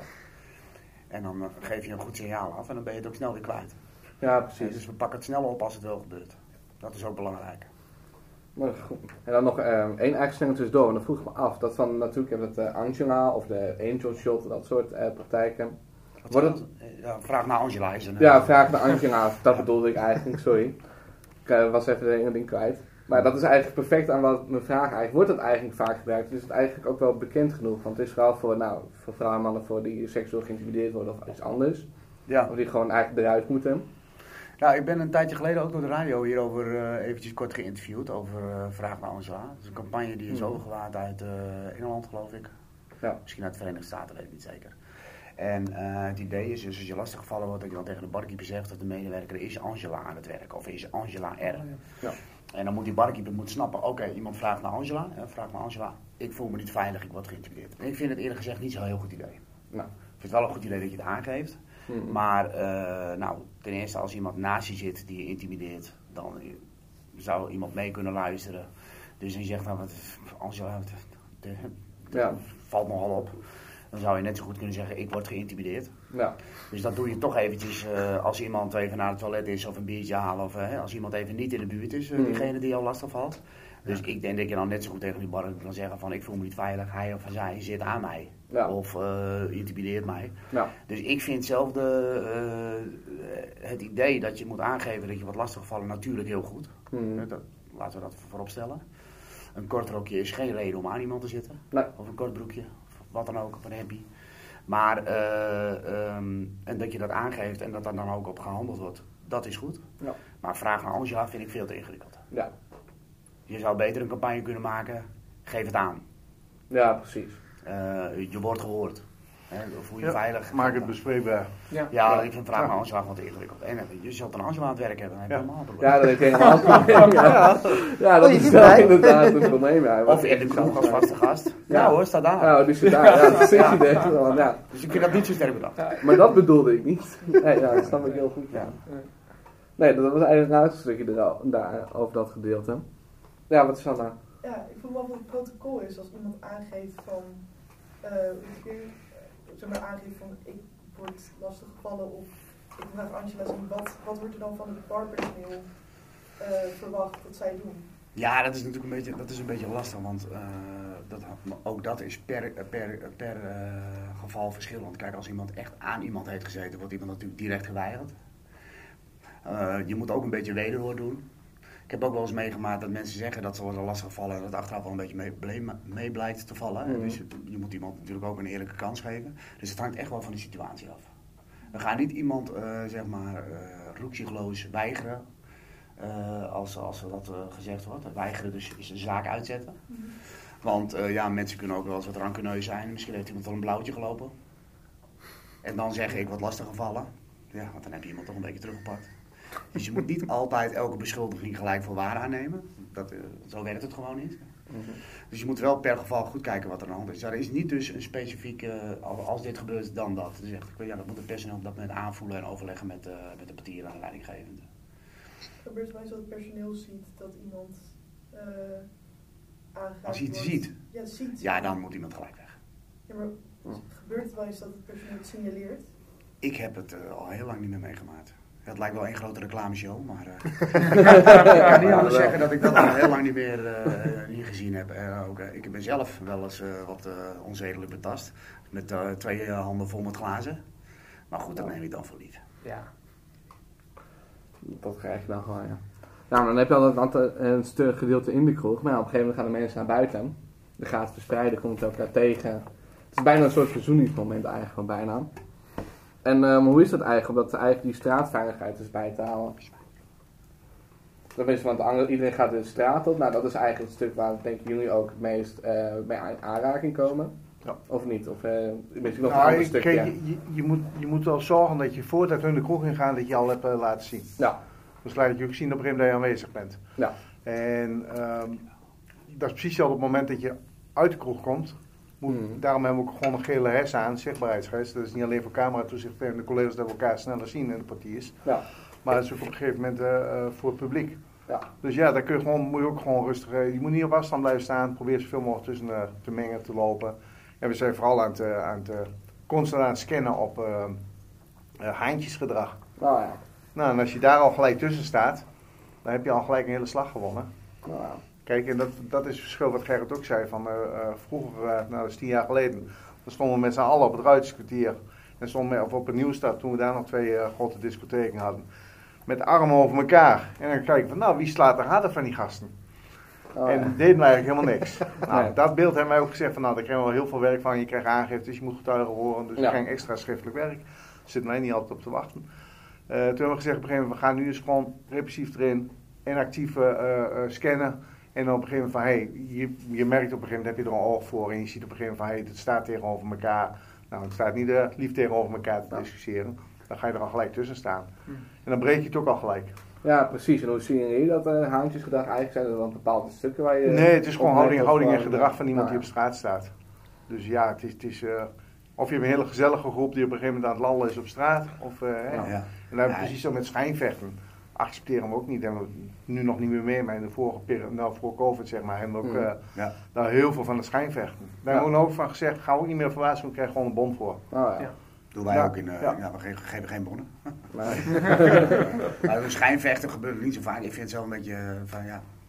En dan uh, geef je een goed signaal af en dan ben je het ook snel weer kwijt. Ja, precies. En dus we pakken het snel op als het wel gebeurt. Dat is ook belangrijk. Maar goed. En dan nog uh, één eigen stelling tussendoor. En dan vroeg ik me af, dat van natuurlijk hebben we het uh, Angela of de Angel Shot, dat soort uh, praktijken. Wordt het... Ja, vraag naar Angela is een, Ja, vraag naar Angela. Dat bedoelde ik eigenlijk, sorry. Ik uh, was even de ene ding kwijt. Maar dat is eigenlijk perfect aan wat mijn vraag eigenlijk. Wordt het eigenlijk vaak gebruikt? Is het eigenlijk ook wel bekend genoeg? Want het is vooral voor, nou, voor vrouwen en mannen voor die seksueel geïntimideerd worden of iets anders. Ja. Of die gewoon eigenlijk eruit moeten. Nou, ik ben een tijdje geleden ook door de radio hierover uh, eventjes kort geïnterviewd. Over uh, Vraag naar Angela. Dat is een campagne die is mm. overgewaard uit uh, Engeland, geloof ik. Ja. Misschien uit de Verenigde Staten, weet ik niet zeker. En uh, het idee is dus als je lastiggevallen wordt, dat je dan tegen de barkeeper zegt dat de medewerker is Angela aan het werk. Of is Angela er. Ja. En dan moet die barkeeper moet snappen, oké, okay, iemand vraagt naar Angela. Ja, vraagt naar Angela. Ik voel me niet veilig, ik word geïntimideerd. En ik vind het eerlijk gezegd niet zo'n heel goed idee. Nou. Ik vind het wel een goed idee dat je het aangeeft. Mm-hmm. Maar uh, nou, ten eerste als iemand naast je zit die je intimideert, dan zou iemand mee kunnen luisteren. Dus je zegt, nou, wat, Angela, de, de, de, ja. valt nogal op. Dan zou je net zo goed kunnen zeggen, ik word geïntimideerd. Ja. Dus dat doe je toch eventjes uh, als iemand even naar het toilet is of een biertje halen. Of uh, als iemand even niet in de buurt is, uh, mm. diegene die jou lastig valt. Dus ik denk dat je dan net zo goed tegen die barren kan zeggen van ik voel me niet veilig, hij of zij zit aan mij. Ja. Of uh, intimideert mij. Ja. Dus ik vind zelf de, uh, het idee dat je moet aangeven dat je wat lastiggevallen natuurlijk heel goed. Mm. Dat, laten we dat voorop stellen. Een kort rokje is geen reden om aan iemand te zitten. Nee. Of een kort broekje, of wat dan ook, of een happy. Maar, uh, um, en dat je dat aangeeft en dat daar dan ook op gehandeld wordt, dat is goed. Ja. Maar vraag naar alles ja vind ik veel te ingewikkeld. Ja. Je zou beter een campagne kunnen maken, geef het aan. Ja, precies. Uh, je wordt gehoord. Hè, voel je ja, veilig. Maak het bespreekbaar. Ja, ja, ja. Ik vind vraag naar aanslag wat ingewikkeld. En je zult een Angela aan het werk hebben, dan heb je helemaal een probleem. Ja, dat heb je helemaal een probleem. Ja, ja, dat oh, is wel inderdaad een probleem. Ja. Of in de kroeg als vaste gast. Ja, ja hoor, sta daar. Ja, die zit daar. Ja, dat zit je denk wel. Ja. Dus ik vind dat niet zo sterk bedacht. Ja, maar dat bedoelde ik niet. Nee, ja, dat snap ik heel goed. Ja. Nee, dat was eigenlijk een uitstukje daar over dat gedeelte. Ja, wat is dan nou? Ja, ik voel wel wat het protocol is als iemand aangeeft van, uh, zeg maar aangeeft van ik word lastig gevallen of ik vraag Angela zien, wat, wat wordt er dan van het barpersoneel uh, verwacht dat zij doen? Ja, dat is natuurlijk een beetje, dat is een beetje lastig, want uh, dat, ook dat is per, per, per uh, geval verschillend. Kijk, als iemand echt aan iemand heeft gezeten, wordt iemand natuurlijk direct geweigerd. Uh, je moet ook een beetje wederhoor doen. Ik heb ook wel eens meegemaakt dat mensen zeggen dat ze worden lastiggevallen en dat achteraf wel een beetje mee, mee blijkt te vallen. Mm. Dus je moet iemand natuurlijk ook een eerlijke kans geven. Dus het hangt echt wel van de situatie af. We gaan niet iemand, uh, zeg maar, uh, roeksigloos weigeren, uh, als, als er dat uh, gezegd wordt. Weigeren dus is een zaak uitzetten. Mm. Want uh, ja, mensen kunnen ook wel eens wat rancuneus zijn. Misschien heeft iemand al een blauwtje gelopen. En dan zeg ik wat lastiggevallen. Ja, want dan heb je iemand toch een beetje teruggepakt. Dus je moet niet altijd elke beschuldiging gelijk voor waar aannemen. Dat, uh, zo werkt het gewoon niet. Mm-hmm. Dus je moet wel per geval goed kijken wat er aan de hand is. Er is niet dus een specifieke, uh, als dit gebeurt, dan dat. Dus echt, ja, dat moet het personeel op dat moment aanvoelen en overleggen met, uh, met de partier en de leidinggevende. Gebeurt het wel eens dat het personeel ziet dat iemand uh, aangaat? Als hij het ziet? Ja, ziet. Ja, dan moet iemand gelijk weg. Ja, maar gebeurt het wel eens dat het personeel het signaleert? Ik heb het uh, al heel lang niet meer meegemaakt. Het lijkt wel één grote reclameshow, maar uh, ik kan niet anders zeggen dat ik dat al heel lang niet meer uh, niet gezien heb. Uh, ook, uh, ik ben zelf wel eens uh, wat uh, onzedelijk betast, met uh, twee uh, handen vol met glazen. Maar goed, dat neem ik dan voor lief. Ja. Dat krijg je dan gewoon, ja. Nou, dan heb je al een, een stuk gedeelte in de kroeg, maar ja, op een gegeven moment gaan de mensen naar buiten. Dan gaat het verspreiden, komt het elkaar tegen. Het is bijna een soort verzoeningsmoment eigenlijk gewoon bijna. En um, hoe is dat eigenlijk, om dat eigenlijk die straatveiligheid dus bij te houden? Dat is, want iedereen gaat de straat op. Nou, dat is eigenlijk het stuk waar denken jullie ook het meest uh, mee aan aanraking komen. Ja. Of niet? Of uh, misschien nog nou, een ander stuk? Kijk, ja. je, je, moet, je moet wel zorgen dat je voordat we in de kroeg ingaan, dat je al hebt uh, laten zien. Ja. Dus laat je ook zien op een gegeven moment dat je aanwezig bent. Ja. En um, dat is precies al op het moment dat je uit de kroeg komt. Moet, hmm. Daarom hebben we ook gewoon een gele hers aan, zichtbaarheidsreis. Dat is niet alleen voor camera-toezicht en de collega's dat we elkaar sneller zien in de partiers. Ja. Maar dat is ook op een gegeven moment uh, uh, voor het publiek. Ja. Dus ja, daar kun je gewoon, moet je ook gewoon rustig, uh, je moet niet op afstand blijven staan. Probeer zoveel mogelijk tussen uh, te mengen, te lopen. En we zijn vooral aan het, uh, aan het uh, constant aan het scannen op uh, uh, haantjesgedrag. Oh, ja. Nou, en als je daar al gelijk tussen staat, dan heb je al gelijk een hele slag gewonnen. Oh, ja. Kijk, en dat, dat is het verschil wat Gerrit ook zei van uh, uh, vroeger, uh, nou dat is tien jaar geleden, dan stonden we met z'n allen op het Ruiterskwartier. En stonden we, of op het Nieuwstad, toen we daar nog twee uh, grote discotheken hadden. Met armen over elkaar. En dan kijk je van, nou wie slaat er harder van die gasten? Oh, en ja. dat deden we eigenlijk helemaal niks. Nou, nee. Dat beeld hebben wij ook gezegd van, nou daar krijgen we wel heel veel werk van. Je krijgt aangifte, dus je moet getuigen horen. Dus ja. je krijgt extra schriftelijk werk. Daar zitten wij niet altijd op te wachten. Uh, toen hebben we gezegd op een gegeven moment, we gaan nu dus gewoon repressief erin. En actief uh, uh, scannen. En dan op een gegeven moment van, hé, hey, je, je merkt op een gegeven moment, heb je er een oog voor. En je ziet op een gegeven moment van, hé, hey, het staat tegenover elkaar. Nou, het staat niet uh, lief tegenover elkaar te discussiëren. Dan ga je er al gelijk tussen staan. Hm. En dan breek je het ook al gelijk. Ja, precies. En hoe zie je dat uh, haantjesgedrag eigenlijk zijn er dan bepaalde stukken waar je... Nee, het is gewoon houding, houding en gedrag van iemand nou, die op straat staat. Dus ja, het is... Het is uh, of je hebt een hele gezellige groep die op een gegeven moment aan het lallen is op straat. Of, uh, nou, ja. En dan ja, precies zo met schijnvechten. Accepteren we ook niet. Hebben we nu nog niet meer mee, maar in de vorige periode, nou voor COVID zeg maar, hebben we ook uh, ja. daar heel veel van het schijnvechten. Daar ja. hebben we ook van gezegd, gaan we ook niet meer verwaarschuwen, we krijgen gewoon een bon voor. Oh, ja. Ja. Doen wij ja. ook in, uh, ja. ja, we geven, geven geen bonnen. Nee. Maar een schijnvechten gebeurt niet zo vaak. Ik vind het zo een beetje van ja,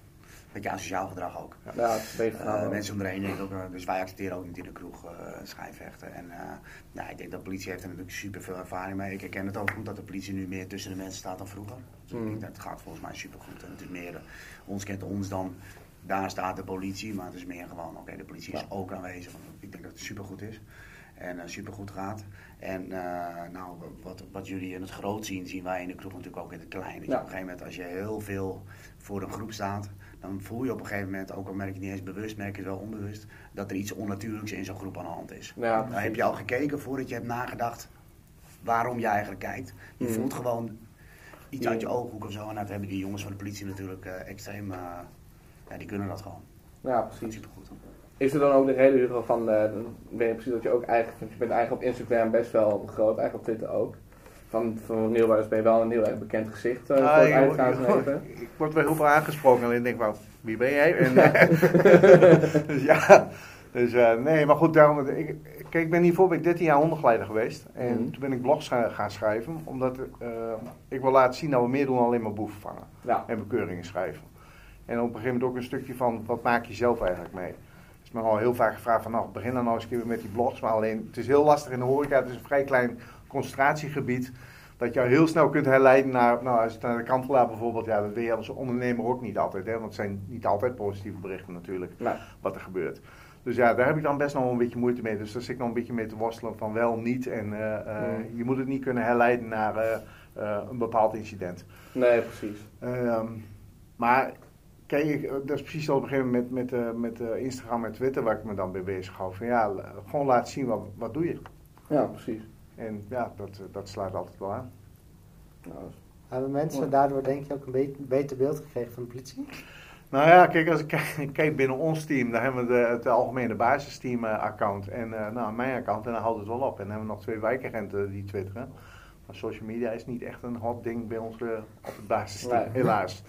beetje asociaal gedrag ook. Ja, het is beter uh, uh, mensen om erheen denken ook, uh, dus wij accepteren ook niet in de kroeg uh, schijnvechten. En uh, nou, ik denk dat de politie heeft er natuurlijk super veel ervaring mee. Ik herken het ook goed dat de politie nu meer tussen de mensen staat dan vroeger. Dus mm. Dat gaat volgens mij super goed. En het is meer, uh, ons kent ons dan, daar staat de politie, maar het is meer gewoon, oké, okay, de politie is ja. ook aanwezig. Ik denk dat het super goed is. En uh, supergoed gaat. En uh, nou, wat, wat jullie in het groot zien, zien wij in de kroeg natuurlijk ook in het klein. Dat ja. je op een gegeven moment, als je heel veel voor een groep staat, dan voel je op een gegeven moment, ook al merk je het niet eens bewust, merk je het wel onbewust, dat er iets onnatuurlijks in zo'n groep aan de hand is. Ja, dan heb je al gekeken voordat je hebt nagedacht waarom je eigenlijk kijkt. Je mm. voelt gewoon iets mm. uit je ooghoek of zo. En dat hebben die jongens van de politie natuurlijk uh, extreem, uh, ja, die kunnen dat gewoon. Ja, precies. Supergoed. Is er dan ook de reden van, uh, ben je precies dat je ook eigenlijk, want je bent eigenlijk op Instagram best wel groot, eigenlijk op Twitter ook. Van, van Nieuwbuis ben je wel een heel erg bekend gezicht uh, ah, voor het uitgaansleven. Ik, ik word wel heel veel aangesproken en ik denk wel, wie ben jij? En, uh, dus ja, dus uh, nee, maar goed, daarom, ik, kijk, ik ben hiervoor ben ik dertien jaar hondengeleider geweest. En mm-hmm. toen ben ik blogs gaan, gaan schrijven, omdat uh, ik wil laten zien dat we meer doen dan alleen maar boeven vangen. Ja. En bekeuringen schrijven. En op een gegeven moment ook een stukje van, wat maak je zelf eigenlijk mee? Ik heb me al heel vaak gevraagd van, nou, begin dan nou eens een keer met die blogs. Maar alleen, het is heel lastig in de horeca, het is een vrij klein concentratiegebied. Dat je heel snel kunt herleiden naar, nou, als je het naar de kant laat bijvoorbeeld, ja, dat weet je als ondernemer ook niet altijd, hè. Want het zijn niet altijd positieve berichten natuurlijk, nee. wat er gebeurt. Dus ja, daar heb ik dan best nog een beetje moeite mee. Dus daar zit ik nog een beetje mee te worstelen van wel, niet. En uh, uh, mm. je moet het niet kunnen herleiden naar uh, uh, een bepaald incident. Nee, precies. Um, maar... Kijk, dat is precies op een gegeven moment met, met, uh, met uh, Instagram en Twitter waar ik me dan mee bezig hou. Van ja, gewoon laten zien wat, wat doe je. Ja, precies. En ja, dat, dat slaat altijd wel aan. Nou, hebben mensen ja. daardoor denk je ook een be- beter beeld gekregen van de politie? Nou ja, kijk, als ik kijk, kijk binnen ons team, dan hebben we de, het algemene basisteam uh, account en uh, nou, mijn account en dan houdt het wel op. En dan hebben we nog twee wijkagenten die twitteren. Maar social media is niet echt een hot ding bij ons uh, op het basisteam, nee. helaas.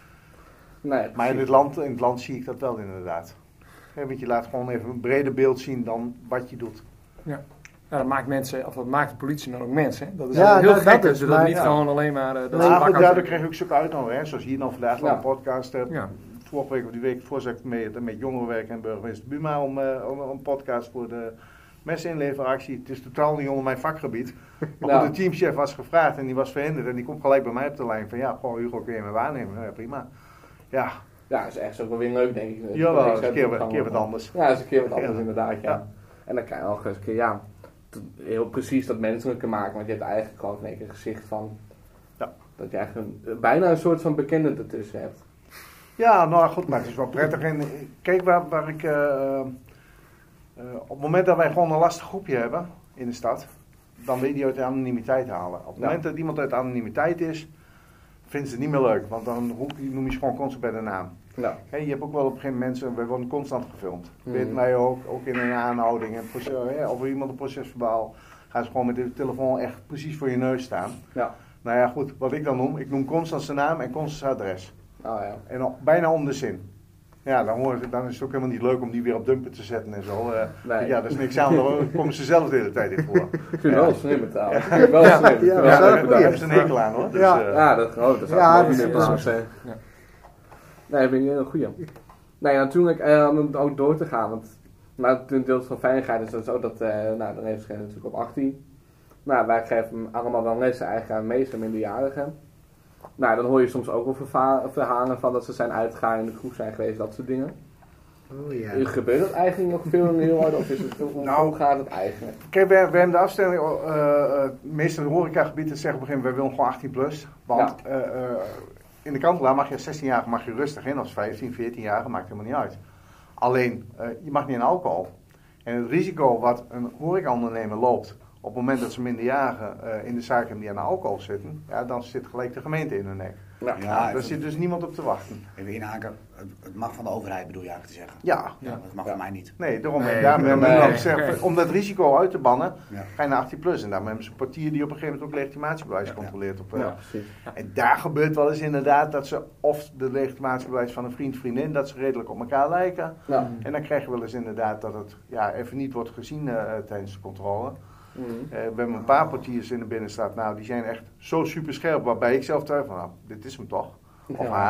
Nee, maar in het, land, in het land zie ik dat wel inderdaad. Ja, want je laat gewoon even een breder beeld zien dan wat je doet. Ja, ja dat maakt mensen, of dat maakt de politie dan ook mensen. Hè? Dat is ja, heel dat, gek, dat dus is dat maar, niet ja. gewoon alleen maar... Uh, dat nou, goed, daardoor krijg je ook zulke uitnodigingen, zoals hier dan vandaag ja. een podcast. heb. Ja. Vorige week of die week voor zat ik met, met jongerenwerk en burgemeester Buma om, uh, om een podcast voor de messeninleveractie. Het is totaal niet onder mijn vakgebied. Maar ja. de teamchef was gevraagd en die was verhinderd en die komt gelijk bij mij op de lijn van ja, gewoon Hugo, kun je me waarnemen? Ja, prima. Ja. Ja, dat is echt ook wel weer leuk, denk ik. Ja, wel, dat is een keer, een keer wat anders. Ja, dat is een keer wat anders, ja. inderdaad, ja. ja. En dan kan je ook eens een keer, ja, heel precies dat menselijke maken, want je hebt eigenlijk gewoon in één keer een gezicht van, ja. dat je eigenlijk een, bijna een soort van bekende ertussen hebt. Ja, nou goed, maar het is wel prettig. En kijk, waar, waar ik, uh, uh, op het moment dat wij gewoon een lastig groepje hebben in de stad, dan weet je uit de anonimiteit halen. Op het ja. moment dat iemand uit de anonimiteit is, vinden ze het niet meer leuk, want dan noem je ze gewoon constant bij de naam. Ja. Hey, je hebt ook wel op een gegeven moment mensen, wij worden constant gefilmd. Mm. Weten wij ook, ook in een aanhouding, en proces, ja, of iemand een procesverbaal, gaan ze gewoon met de telefoon echt precies voor je neus staan. Ja. Nou ja, goed, wat ik dan noem, ik noem constant zijn naam en constant zijn adres. Oh, ja. En al, bijna om de zin. Ja, dan, hoor, dan is het ook helemaal niet leuk om die weer op dumpen te zetten en zo. Uh, nee. Ja, dat is niks aan, dan komen ze zelf de hele tijd in voor. Ik vind het wel slim betaald. Ja. Ik vind het wel ja. slim. Ja, ja, ja, daar ja, hebben ze een hekel aan hoor. Dus, ja. Uh, ja, dat, oh, dat zou ja, ik ook niet in plaats zijn. Nee, dat vind ik een heel goeie. Nou ja, natuurlijk uh, om het ook door te gaan, want nou, het deel van veiligheid is dat zo dat, uh, nou, dan heeft ze natuurlijk op achttien. Nou, wij geven allemaal wel lessen eigenlijk aan meeste minderjarigen. Nou, dan hoor je soms ook wel verva- verhalen van dat ze zijn uitgegaan in de kroeg zijn geweest, dat soort dingen. Oh, ja. Gebeurt dat eigenlijk nog veel in Leeuwarden of is het, hoe, nou, hoe gaat het eigenlijk? Kijk, we, we hebben de afstelling, uh, uh, meestal de horecagebieden zeggen op een gegeven moment, wij willen gewoon achttien plus. Want ja. uh, uh, in de Kantelaar mag je als zestienjarige mag je rustig in, als vijftien, veertienjarige maakt helemaal niet uit. Alleen, uh, je mag niet in alcohol. En het risico wat een horecaondernemer loopt, op het moment dat ze minderjarigen uh, in de zaak hebben die aan de alcohol zitten, ja, dan zit gelijk de gemeente in hun nek. Ja, ja, daar zit dus niemand op te wachten. Even inhaken, het, het mag van de overheid bedoel je eigenlijk te zeggen? Ja. ja dat mag ja. van mij niet. Nee, daarom nee, daarom hebben we gezegd, om dat risico uit te bannen, ja. ga je naar achttien plus. En daarom hebben ze een portier die op een gegeven moment ook legitimatiebewijs ja, controleert. Op, uh, ja, ja. En daar gebeurt wel eens inderdaad dat ze, of de legitimatiebewijs van een vriend, vriendin, dat ze redelijk op elkaar lijken. Ja. En dan krijg je wel eens inderdaad dat het ja, even niet wordt gezien uh, tijdens de controle. Mm-hmm. Uh, we hebben een paar portiers in de binnenstad, nou die zijn echt zo super scherp, waarbij ik zelf twijfel van, nou, dit is hem toch, of ja. haar.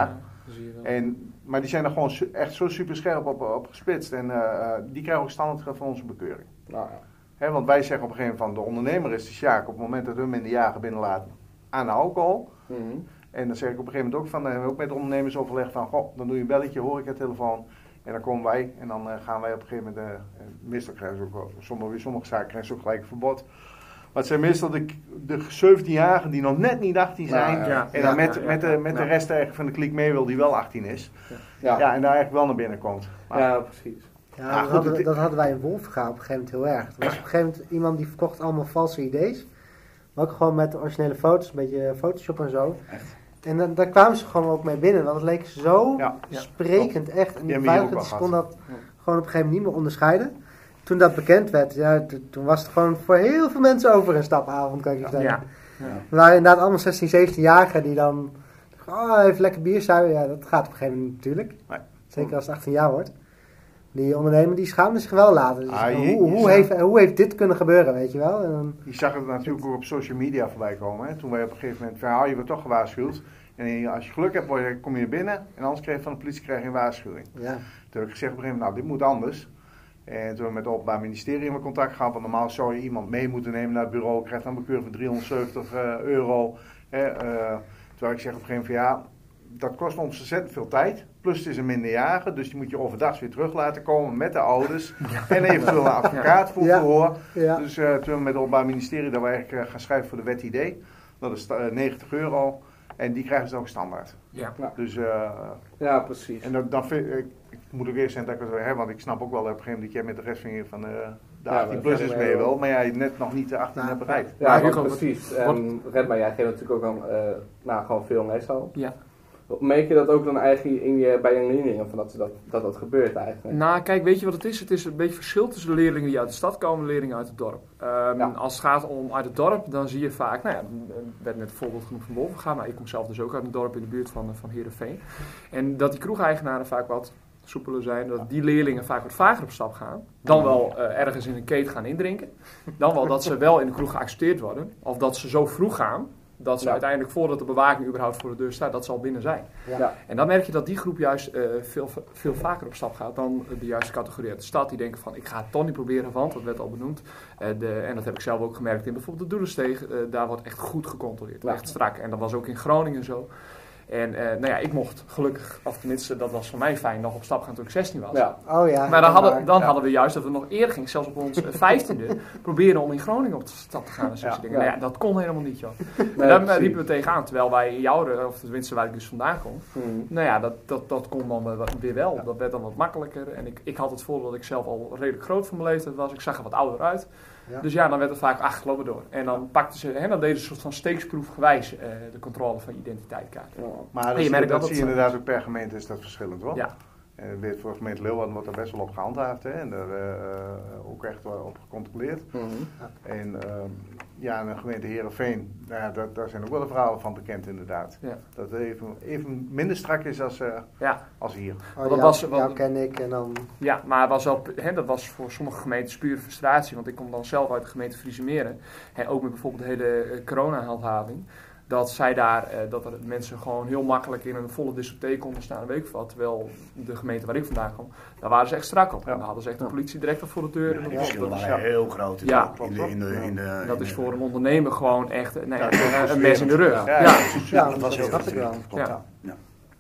zie je wel. En, maar die zijn er gewoon su- echt zo super scherp op, op gespitst. En uh, die krijgen ook standaard van onze bekeuring. Nou, ja. He, want wij zeggen op een gegeven moment van de ondernemer is de sjaak op het moment dat we hem in de jager binnenlaten aan de alcohol. Mm-hmm. En dan zeg ik op een gegeven moment ook van, dan hebben we ook met de ondernemers overleg van, goh, dan doe je een belletje, horecatelefoon. En dan komen wij en dan uh, gaan wij op een gegeven moment, uh, meestal krijgen ze ook wel, sommige, sommige zaken krijgen ze ook gelijk een verbod. Maar het zijn meestal de, de zeventienjarigen die nog net niet achttien zijn. Ja, ja. En dan Ja, met, ja, ja, met, de, met ja. de rest eigenlijk van de kliek mee wil die wel achttien is. Ja. Ja, en daar eigenlijk wel naar binnen komt. Maar, Ja, precies. Ja, Ah, dat, goed, hadden, we- het- dat hadden wij in Wolfga op een gegeven moment heel erg. Er was op een gegeven moment iemand die verkocht allemaal valse idee's. Maar ook gewoon met originele foto's, een beetje Photoshop en zo. Echt? En dan, daar kwamen ze gewoon ook mee binnen, want het leek zo Ja. sprekend echt. En Die die hebben we hier ook veiligheids wel kon gehad. dat gewoon op een gegeven moment niet meer onderscheiden. Toen dat bekend werd, ja, t- toen was het gewoon voor heel veel mensen over een stapavond, kan ik je zeggen. Ja. Ja. We waren inderdaad allemaal zestien, zeventien-jarigen die dan, oh, even lekker bier zuipen. Ja, dat gaat op een gegeven moment natuurlijk. Nee. Zeker als het achttien jaar wordt. Die ondernemer die schaamde zich wel later. Dus Ah, je- hoe, je hoe, zag- heeft, hoe heeft dit kunnen gebeuren, weet je wel? En dan, Je zag het natuurlijk ook op social media voorbij komen. Hè? Toen wij op een gegeven moment, van, ah, je wordt toch gewaarschuwd. En als je geluk hebt, word je- kom je binnen. En anders krijg je van de politie krijg je een waarschuwing. ja. Toen heb ik gezegd op een gegeven moment, nou dit moet anders. En toen hebben we met het Openbaar Ministerie in contact gehad. Want normaal zou je iemand mee moeten nemen naar het bureau. Krijgt dan een bekeuring van driehonderdzeventig uh, euro. Hè? Uh, terwijl ik zeg op een gegeven moment van ja, dat kost ons ontzettend veel tijd. Plus het is een minderjarige, dus die moet je overdag weer terug laten komen met de ouders. En eventueel een advocaat voor Ja. verhoor. Ja. Dus uh, toen hebben we met het Openbaar Ministerie dat we eigenlijk uh, gaan schrijven voor de wet I D. Dat is uh, negentig euro. En die krijgen ze ook standaard. Ja. Dus, uh, Ja, precies. en dan, dan vind ik, ik moet ook eerst zijn dat ik het wil hebben, want ik snap ook wel op een gegeven moment dat jij met de rest van, je, van uh, de Ja, achttien plus dat is gaat mee mee wel. wil, maar jij net nog niet de achttien Nou, hebt bereikt. Ja, Maar want Hugo, precies. wat- En Redma, jij geeft natuurlijk ook dan, uh, nou, gewoon veel les al. Ja. Merk je dat ook dan eigenlijk in je, bij je leerlingen, van dat, ze dat, dat dat gebeurt eigenlijk? Nou, kijk, weet je wat het is? Het is een beetje verschil tussen de leerlingen die uit de stad komen en de leerlingen uit het dorp. Um, Ja. Als het gaat om uit het dorp, dan zie je vaak, nou ja, er werd net een voorbeeld genoemd van Wolvenga, maar ik kom zelf dus ook uit een dorp in de buurt van, van Heerenveen. En dat die kroegeigenaren vaak wat soepeler zijn, dat die leerlingen vaak wat vaker op stap gaan. Dan wel uh, ergens in een keten gaan indrinken. Dan wel dat ze wel in de kroeg geaccepteerd worden. Of dat ze zo vroeg gaan, dat ze Ja. uiteindelijk voordat de bewaking überhaupt voor de deur staat, dat ze al binnen zijn. Ja. Ja. En dan merk je dat die groep juist uh, veel, veel vaker op stap gaat dan de juiste categorie uit de stad. Die denken van, ik ga het toch niet proberen, want, dat werd al benoemd. Uh, de, en dat heb ik zelf ook gemerkt in bijvoorbeeld de Doelensteeg. Uh, daar wordt echt goed gecontroleerd, Ja. echt strak. En dat was ook in Groningen zo. En uh, nou ja, ik mocht gelukkig, of tenminste, dat was voor mij fijn, nog op stap gaan toen ik zestien was. Ja. Oh ja. Maar dan, hadden, maar- dan Ja. hadden we juist dat we nog eerder gingen, zelfs op ons uh, vijftiende, proberen om in Groningen op de stap te gaan. En zulke Ja. dingen. Ja. Nou ja, dat kon helemaal niet, joh. Nee, En daar precies. riepen we tegenaan, terwijl wij in Joure, of tenminste waar ik dus vandaan kom, Hmm. nou ja, dat, dat, dat kon dan wel- weer wel. Ja. Dat werd dan wat makkelijker. En ik, ik had het voordeel dat ik zelf al redelijk groot voor mijn leeftijd was. Ik zag er wat ouder uit. Ja. Dus ja, dan werd het vaak, ach, lopen door. En dan pakten ze, hè, dan deden ze een soort van steeksproefgewijs eh de controle van je identiteitskaart. Ja. Maar En dat, je merkt dat dat zie je het- inderdaad ook per gemeente is dat verschillend hoor. Ja. En het weet voor de gemeente Leeuwarden wordt er best wel op gehandhaafd hè, en daar uh, ook echt wel op gecontroleerd. Mhm. En uh, ja, en de gemeente Heerenveen, nou ja, daar, daar zijn ook wel de verhalen van bekend inderdaad. Ja. Dat het even, even minder strak is als, uh, Ja. als hier. Oh, dat jou, was- wat- jou ken ik en dan... Ja, maar was wel, hè, dat was voor sommige gemeentes pure frustratie. Want ik kom dan zelf uit de gemeente Friesemeren. En ook met bijvoorbeeld de hele eh, corona-handhaving. Dat zij daar, eh, dat er mensen gewoon heel makkelijk in een volle discotheek konden staan, weet ik wat. Terwijl de gemeente waar ik vandaan kom, daar waren ze echt strak op. Ja. En daar hadden ze echt de politie direct al voor de deur. Ja, En die dat, verschillen dat is, waren heel groot. in Ja, de- in de, in de, in de, dat in is de- voor een ondernemer gewoon echt eh, nou ja, Ja, een, een mes in de rug. Ja, Ja. ja. Ja, dat was heel snap ik wel. Klopt, Ja. ja.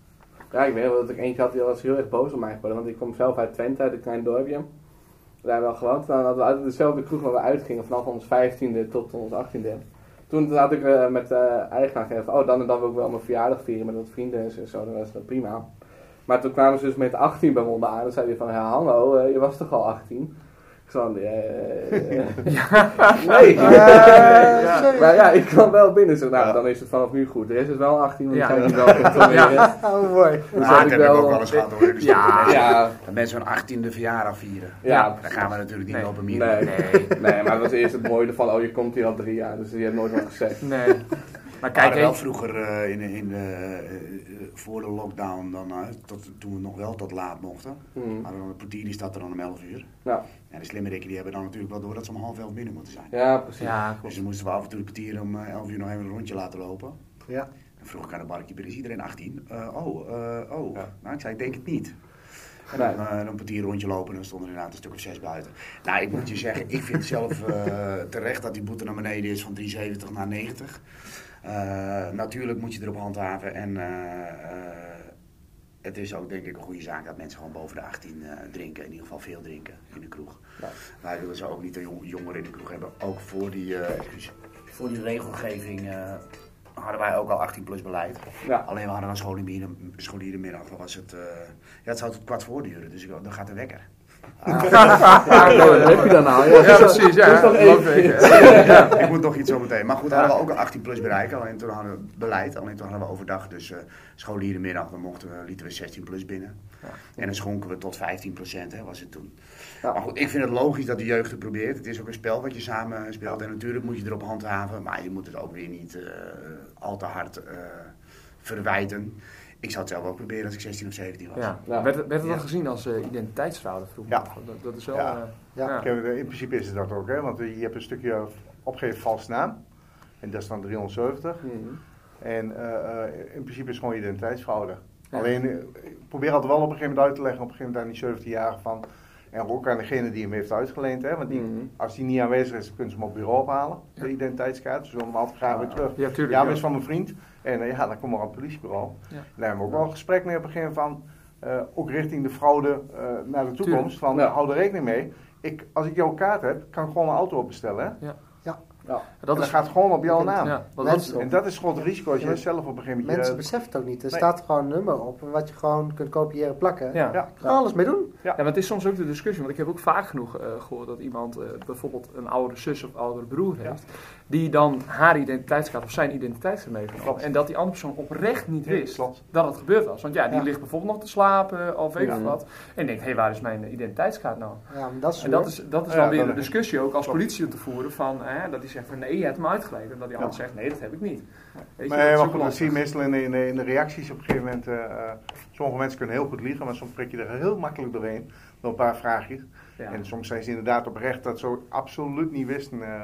Ja, ik weet wel dat ik eentje had die was heel erg boos op mij geworden. Want ik kom zelf uit Twente, uit een klein dorpje. Daar hebben we al gewoond. Dan hadden we uit dezelfde kroeg waar we uitgingen, vanaf ons vijftiende tot ons achttiende. Toen had ik uh, met de uh, eigenaar gezegd, oh dan en dan wil ik wel mijn verjaardag vieren met wat vrienden en zo, dan was dat prima. Maar toen kwamen ze dus met achttien bij me aan en zeiden van, ja hallo, uh, je was toch al achttien? Ik zei, uh, nee. Eh, sorry. Maar ja, ik kan wel binnen. Zeg, nou, Ja. dan is het vanaf nu goed. De rest is wel achttien, want Ja. dan ga ik niet wel controleren. Ja. Oh, mooi. Dus Maar heb dat ik heb ik ook wel... wel eens gehad hoor. Dus Ja. dat mensen- Ja, dat mensen hun achttiende verjaardag vieren. ja. Daar gaan we natuurlijk niet Nee. op een mieren. Nee. Nee, Nee, maar het was eerst het mooie van, oh je komt hier al drie jaar, dus je hebt nooit wat gezegd. nee. Maar We hadden kijk, wel ik, vroeger uh, in, in de, uh, voor de lockdown, dan, uh, tot, toen we nog wel tot laat mochten, Hmm. hadden we dan een portier die staat er dan om elf uur. Ja. En de slimmerikken die hebben dan natuurlijk wel door dat ze om half elf binnen moeten zijn. Ja, precies. ja, Dus klopt. dan moesten we af en toe de portier om uh, elf uur nog even een rondje laten lopen. Ja. Dan vroeg ik aan de barkeeper, is iedereen achttien? Uh, oh, uh, oh. Ja. Nou, ik zei, ik denk het niet. En dan uh, een kwartier rondje lopen en dan stonden er inderdaad een stuk of zes buiten. Nou, ik moet je zeggen, ik vind zelf uh, terecht dat die boete naar beneden is van drie zeventig naar negentig. Uh, natuurlijk moet je erop handhaven en uh, uh, het is ook denk ik een goede zaak dat mensen gewoon boven de achttien uh, drinken. In ieder geval veel drinken in de kroeg. Ja. Wij willen ze ook niet de jong, jongeren in de kroeg hebben. Ook voor die, uh, voor die regelgeving uh, hadden wij ook al achttien plus beleid. Ja. Alleen we hadden dan scholierenmiddag. Dan was het, uh, ja, het zou tot kwart voor duren, dus dan gaat de wekker. Ah, ja, dat heb je dan nou. Ja, ja precies. Ja, nog even. Ja, ik moet nog iets zo meteen. Maar goed, hadden we ook een achttien plus bereiken. Alleen toen hadden we beleid. Alleen toen hadden we overdag. Dus uh, scholierenmiddag, dan mochten we, lieten we zestien plus binnen. Ja. En dan schonken we tot vijftien procent, hè, was het toen. Ja. Maar goed, ik vind het logisch dat de jeugd het probeert. Het is ook een spel wat je samen speelt. En natuurlijk moet je erop handhaven. Maar je moet het ook weer niet uh, al te hard uh, verwijten. Ik zou het zelf ook proberen als ik zestien of zeventien was. Ja. Ja. Werd, werd het dan ja. gezien als uh, identiteitsfraude vroeger? Ja. Dat, dat is wel... Ja. Uh, ja. Ja. In principe is het dat ook, hè? Want je hebt een stukje opgegeven valse naam. En dat is dan driehonderdzeventig. Mm-hmm. En uh, uh, in principe is het gewoon identiteitsfraude. Ja. Alleen, uh, ik probeer altijd wel op een gegeven moment uit te leggen, op een gegeven moment aan die zeventien-jarige van... En ook aan degene die hem heeft uitgeleend, hè? Want die, mm-hmm. als die niet aanwezig is, kunnen ze hem op bureau ophalen, ja. de identiteitskaart. Ze zullen hem altijd graag weer terug. Ja, tuurlijk, ja, maar is van mijn vriend. En uh, ja, dan komen we op het politiebureau. Ja. Daar hebben we ook wel een gesprek mee op een gegeven moment van, uh, ook richting de fraude uh, naar de toekomst. Tuurlijk. Van, ja. hou er rekening mee. Ik, als ik jouw kaart heb, kan ik gewoon een auto opbestellen. Hè? Ja. Ja. Ja. Dat is, gaat gewoon op jouw naam. Ja, mensen, en dat is gewoon het risico als je ja. zelf op een gegeven moment... Mensen uh, beseffen het ook niet. Er nee. staat gewoon een nummer op wat je gewoon kunt kopiëren plakken. Ja. Ja. Je kan alles mee doen. Ja. ja, maar het is soms ook de discussie. Want ik heb ook vaak genoeg uh, gehoord dat iemand uh, bijvoorbeeld een oudere zus of oudere broer heeft. Ja. Die dan haar identiteitskaart of zijn identiteitskaart meegenomen. En dat die andere persoon oprecht niet wist ja, dat het gebeurd was. Want ja, die ja. ligt bijvoorbeeld nog te slapen of weet ik ja. wat. En denkt, hé, hey, waar is mijn identiteitskaart nou? Ja, maar dat is en dat is, dat is ja, dan weer een discussie ook als politie te voeren. Van, hè, dat die zegt van nee, je hebt hem uitgeleend. En dat die ander ja. zegt nee, dat heb ik niet. Weet maar je, ja, maar goed, dat zie je meestal in de, in, de, in de reacties op een gegeven moment. Uh, sommige mensen kunnen heel goed liegen, maar soms prik je er heel makkelijk doorheen. Door een paar vraagjes. Ja. En soms zijn ze inderdaad oprecht dat ze absoluut niet wisten. Uh,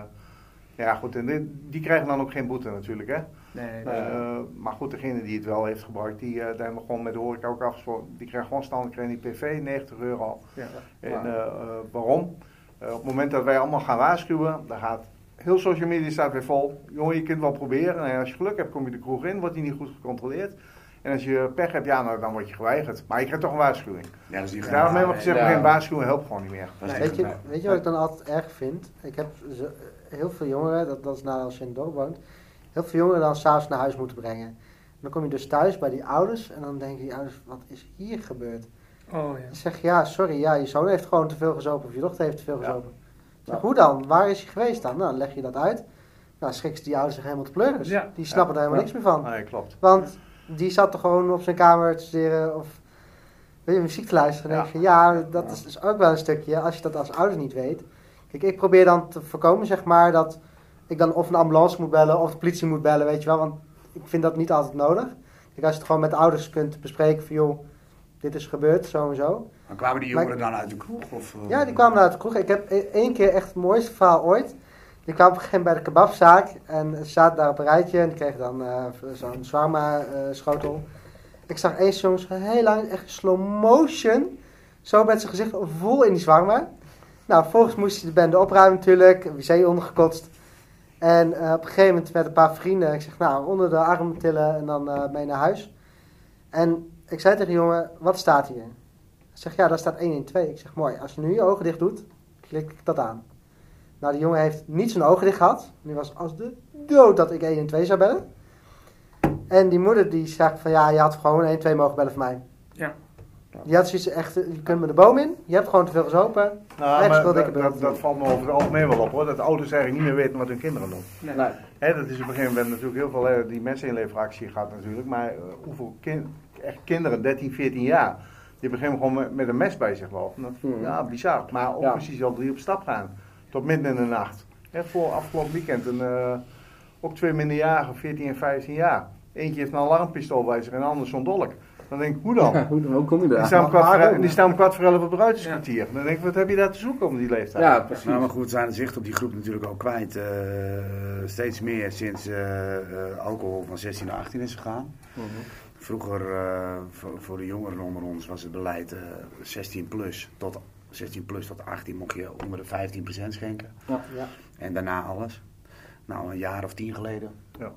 ja goed, en die, die krijgen dan ook geen boete natuurlijk, hè. Nee, nee, uh, nee. Maar goed, degene die het wel heeft gebruikt, die, uh, daar hebben we gewoon met de horeca ook afgesproken. Die krijgt gewoon standaard krijgen die P V, negentig euro. Ja. En uh, uh, waarom? Uh, op het moment dat wij allemaal gaan waarschuwen, dan gaat heel social media staat weer vol. Jongen, je kunt wel proberen. En als je geluk hebt, kom je de kroeg in, wordt die niet goed gecontroleerd. En als je pech hebt, ja, nou, dan word je geweigerd. Maar je krijgt toch een waarschuwing. Ja, dus die daarom hebben we gezegd, ja. geen waarschuwing helpt gewoon niet meer. Nee, weet, je, weet je wat ik dan altijd erg vind? Ik heb zo, heel veel jongeren, dat, dat is nou als je in het dorp woont, heel veel jongeren dan s'avonds naar huis moeten brengen. En dan kom je dus thuis bij die ouders en dan denken die ouders, wat is hier gebeurd? Oh, ja. Dan zeg je, ja, sorry, ja, je zoon heeft gewoon te veel gezopen of je dochter heeft te veel gezopen. Ja. Zeg, ja. Hoe dan? Waar is hij geweest dan? Nou, dan leg je dat uit. Nou, schrikken die ouders zich helemaal te pleuris. Ja. Die snappen ja. er helemaal ja. niks meer van. Nee, klopt. Want die zat er gewoon op zijn kamer te studeren of weet je, muziek te luisteren. En ja. denk je, ja, dat ja. is dus ook wel een stukje, als je dat als ouder niet weet. Kijk, ik probeer dan te voorkomen, zeg maar, dat ik dan of een ambulance moet bellen of de politie moet bellen, weet je wel. Want ik vind dat niet altijd nodig. Kijk, als je het gewoon met de ouders kunt bespreken van, joh, dit is gebeurd, zo en zo. Maar kwamen die jongeren maar, dan uit de kroeg? Of, uh... Ja, die kwamen uit de kroeg. Ik heb één keer echt het mooiste verhaal ooit. Die kwamen op een gegeven moment bij de kebabzaak en ze zaten daar op een rijtje en die kregen dan uh, zo'n shawarma uh, schotel. Ik zag één jongens heel lang, echt slow motion, zo met zijn gezicht vol in die shawarma. Nou, vervolgens moest hij de bende opruimen natuurlijk, wc ondergekotst. En uh, op een gegeven moment met een paar vrienden, ik zeg nou, onder de arm tillen en dan uh, mee naar huis. En ik zei tegen de jongen, wat staat hier? Hij zegt, ja, daar staat één een twee. Ik zeg, mooi, als je nu je ogen dicht doet, klik ik dat aan. Nou, die jongen heeft niet zijn ogen dicht gehad. Die was als de dood dat ik één een twee zou bellen. En die moeder die zegt van, ja, je had gewoon één twee mogen bellen voor mij. Ja. Die had zoiets echt, je kunt me de boom in, je hebt gewoon te veel gezopen. Nou, maar dat, dat, dat valt me over het algemeen wel op hoor, dat de ouders eigenlijk niet meer weten wat hun kinderen doen. Nee. Nee. He, dat is op een gegeven moment natuurlijk heel veel, he, die menseninleveractie gaat natuurlijk, maar uh, hoeveel kind, echt kinderen, dertien, veertien jaar, die op een gegeven moment gewoon met, met een mes bij zich lopen. Dat, hmm. Ja, bizar, maar ook ja. precies al drie op stap gaan, tot midden in de nacht. He, voor afgelopen weekend, een, uh, ook twee minderjarigen, veertien en vijftien jaar. Eentje heeft een alarmpistool bij zich en de ander zo'n dolk. Dan denk ik, hoe dan? Ja, hoe, hoe kom je daar? Die staan om kwart voor, die staan om kwart voor elf op het ruiterskwartier. Ja. Dan denk ik, wat heb je daar te zoeken om die leeftijd? Ja, precies. Nou, maar goed, we zijn de zicht op die groep natuurlijk ook kwijt. Uh, steeds meer sinds uh, uh, alcohol van zestien naar achttien is gegaan. Mm-hmm. Vroeger, uh, voor, voor de jongeren onder ons, was het beleid uh, zestien plus tot zestien plus tot achttien mocht je onder de vijftien procent schenken. Ja. Ja. En daarna alles. Nou, een jaar of tien geleden ja.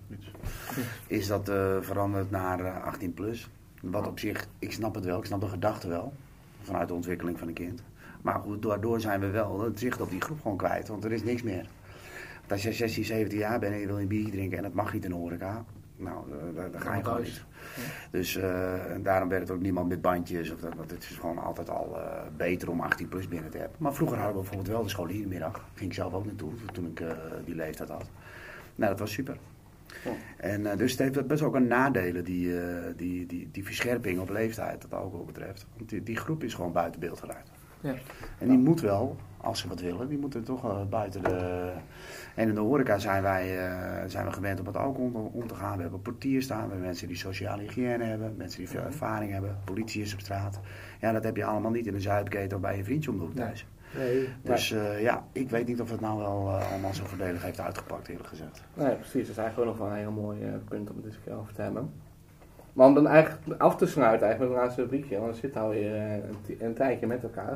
is dat uh, veranderd naar uh, achttien plus. Wat op zich, ik snap het wel, ik snap de gedachte wel. Vanuit de ontwikkeling van een kind. Maar goed, daardoor zijn we wel het zicht op die groep gewoon kwijt. Want er is niks meer. Want als je zestien, zeventien jaar bent en je wil een biertje drinken en dat mag niet in de horeca. Nou, daar, daar ga je gewoon niet. Ja. Dus uh, en daarom werkt ook niemand met bandjes. Of dat, want het is gewoon altijd al uh, beter om achttien plus binnen te hebben. Maar vroeger hadden we bijvoorbeeld wel de scholierenmiddag. Ging ik zelf ook naartoe toen ik uh, die leeftijd had. Nou, dat was super. Ja. En uh, dus het heeft best ook een nadelen, die, uh, die, die, die verscherping op leeftijd, dat alcohol betreft. Want die, die groep is gewoon buiten beeld geraakt. Ja. En die moet wel, als ze wat willen, die moeten toch uh, buiten de... En in de horeca zijn wij uh, zijn we gewend om met alcohol om, om te gaan. We hebben portiers staan, we hebben mensen die sociale hygiëne hebben, mensen die veel ervaring hebben, politie is op straat. Ja, dat heb je allemaal niet in een zuipketen of bij je vriendje om de hoek thuis. Nee, dus uh, ja, ik weet niet of het nou wel uh, allemaal zo voordelig heeft uitgepakt, eerlijk gezegd. Nee, precies. Dat is eigenlijk ook nog wel een heel mooi uh, punt om het eens een keer over te hebben. Maar om dan eigenlijk af te sluiten eigenlijk met een laatste rubriekje, want we zitten alweer uh, een, t- een tijdje met elkaar.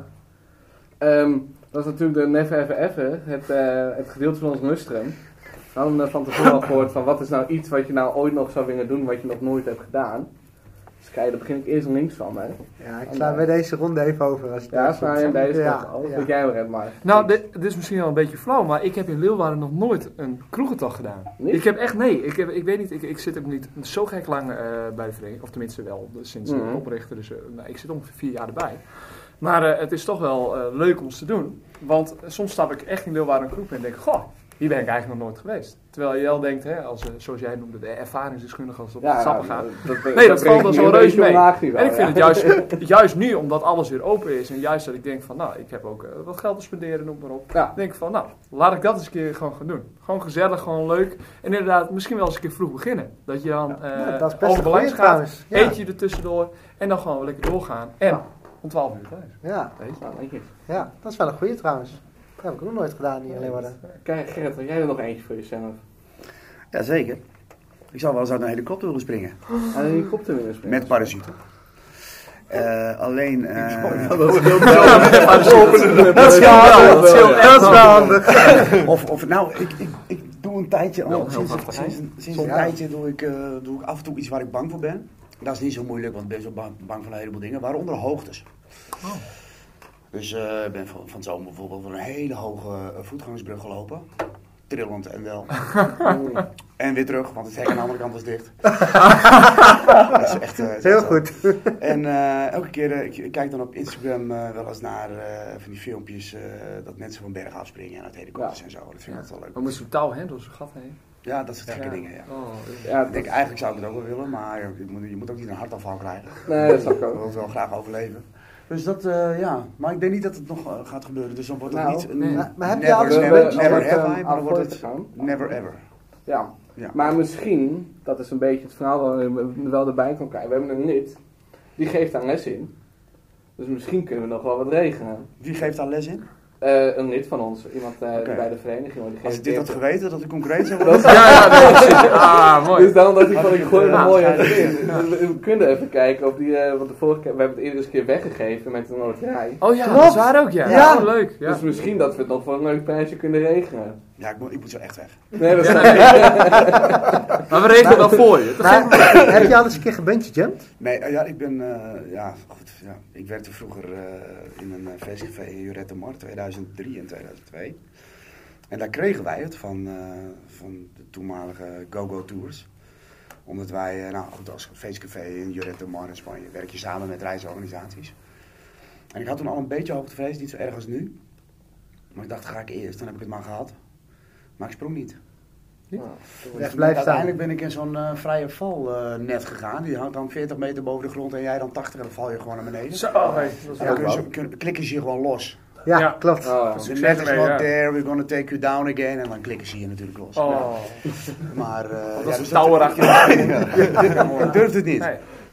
Um, dat is natuurlijk de Never Ever Ever, het, uh, het gedeelte van ons lustrum. We hadden uh, van tevoren al gehoord van wat is nou iets wat je nou ooit nog zou willen doen, wat je nog nooit hebt gedaan. Dus kijk, daar begin ik eerst links van, hè. Ja, ik sla bij deze ronde even over. Als ja, sla je deze ja, over. Ja. Jij maar, maar. Nou, dit, dit is misschien wel een beetje flauw, maar ik heb in Leeuwarden nog nooit een kroegentocht gedaan. Niet? Ik heb echt, nee, ik, heb, ik weet niet, ik, ik zit ook niet zo gek lang uh, bij de vereniging, of tenminste wel sinds mm-hmm. de oprichter, dus uh, nou, ik zit ongeveer vier jaar erbij. Maar uh, het is toch wel uh, leuk om eens te doen, want uh, soms stap ik echt in Leeuwarden een kroeg en denk, goh, hier ben ik eigenlijk nog nooit geweest. Terwijl je wel denkt, hè, als, uh, zoals jij noemde, de ervaringsdeskundige als het op ja, stappen ja, gaat. Dat, dat, nee, dat, dat valt dan zo reus mee. En ik vind ja. het juist, juist nu, omdat alles weer open is en juist dat ik denk van, nou, ik heb ook uh, wat geld te spenderen, noem maar op. Ja. denk ik van, nou, laat ik dat eens een keer gewoon gaan doen. Gewoon gezellig, gewoon leuk. En inderdaad, misschien wel eens een keer vroeg beginnen. Dat je dan uh, ja, over de lijn gaat, ja. eet je er tussendoor en dan gewoon lekker doorgaan. En ja. om twaalf uur thuis. Ja. Nou, ja, dat is wel een goeie trouwens. Dat heb ik ook nog nooit gedaan hier in Leeuwarden. Kijk, Gerrit, heb jij er nog eentje voor jezelf? Jazeker. Ik zou wel eens uit een helikopter willen springen. Uit een helikopter willen springen? Met parachute. Uh, alleen... Uh, dat is heel handig. Dat is wel handig. Of, of nou, ik, ik, ik doe een tijdje al, sinds, sinds, sinds een tijdje doe ik, uh, doe ik af en toe iets waar ik bang voor ben. Dat is niet zo moeilijk, want ik ben zo bang, bang voor een heleboel dingen, waaronder hoogtes. Oh. Dus uh, ik ben van, van zomer bijvoorbeeld voor een hele hoge uh, voetgangersbrug gelopen. Trillend en wel. En weer terug, want het hek aan de andere kant was dicht. Dat is echt... Uh, heel goed. En uh, elke keer, uh, ik, ik kijk dan op Instagram uh, wel eens naar uh, van die filmpjes uh, dat mensen van bergen afspringen en uit helikopters ja. en zo. Dat vind ik ja. altijd wel leuk. Maar met zo'n touw, hè, door zo'n gat heen. Ja, dat soort gekke ja. dingen, ja. Oh, ja ik denk, eigenlijk zou ik het ook wel willen, maar je moet, je moet ook niet een hartaanval krijgen. Nee, dat zou ik ook. Ik wil het wel graag overleven. Dus dat, uh, ja, maar ik denk niet dat het nog uh, gaat gebeuren, dus dan wordt het nou, niet een nee. maar, maar heb never, je never, never, never, never have I, maar dan wordt het never ever. Ja. ja, maar misschien, dat is een beetje het verhaal waar we wel erbij kan krijgen. We hebben een lid, die geeft daar les in. Dus misschien kunnen we nog wel wat regelen. Wie geeft daar les in? Uh, een lid van ons, iemand uh, okay. bij de vereniging. Die Als ik dit had geweten, dat ik concreet zou worden. ja, ja, nee, ah, mooi. Dus daarom dat ik van, ik gooi er mooi aan in. Dus we kunnen even kijken of die, uh, want de vorige keer, we hebben het eerder eens een keer weggegeven met een loterij. Oh ja, Klopt. dat is waar ook, ja. ja. ja leuk. Ja. Dus misschien dat we het nog voor een leuk prijsje kunnen regelen. Ja, ik moet, ik moet zo echt weg. Nee, dat is ja, nee. Maar we regelen dat voor je. Maar, heb je al eens een keer gebungee-jumped? Nee, uh, ja, ik ben, uh, ja, goed, ja, ik werkte vroeger uh, in een uh, feestcafé in Jurette Mar, tweeduizend drie en tweeduizend twee. En daar kregen wij het van, uh, van de toenmalige Go-Go Tours. Omdat wij, uh, nou goed, als feestcafé in Jurette Mar in Spanje werk je samen met reisorganisaties. En ik had toen al een beetje hoogtevrees, niet zo erg als nu. Maar ik dacht, ga ik eerst, dan heb ik het maar gehad. Maar ik sprong niet. niet? Nou, dus blijf uiteindelijk ben ik in zo'n uh, vrije val uh, net gegaan. Die hangt dan veertig meter boven de grond en jij dan tachtig en dan val je gewoon naar beneden. Zo, oh, nee, dat is en dan kun je, kun, klikken ze je gewoon los. Ja, ja. klopt. Oh, the net is not ja. there, we're gonna take you down again. En dan klikken ze je natuurlijk los. Oh. Ja. Maar uh, dat ja, is dus een touwer achter. Ik durfde het niet. Nee.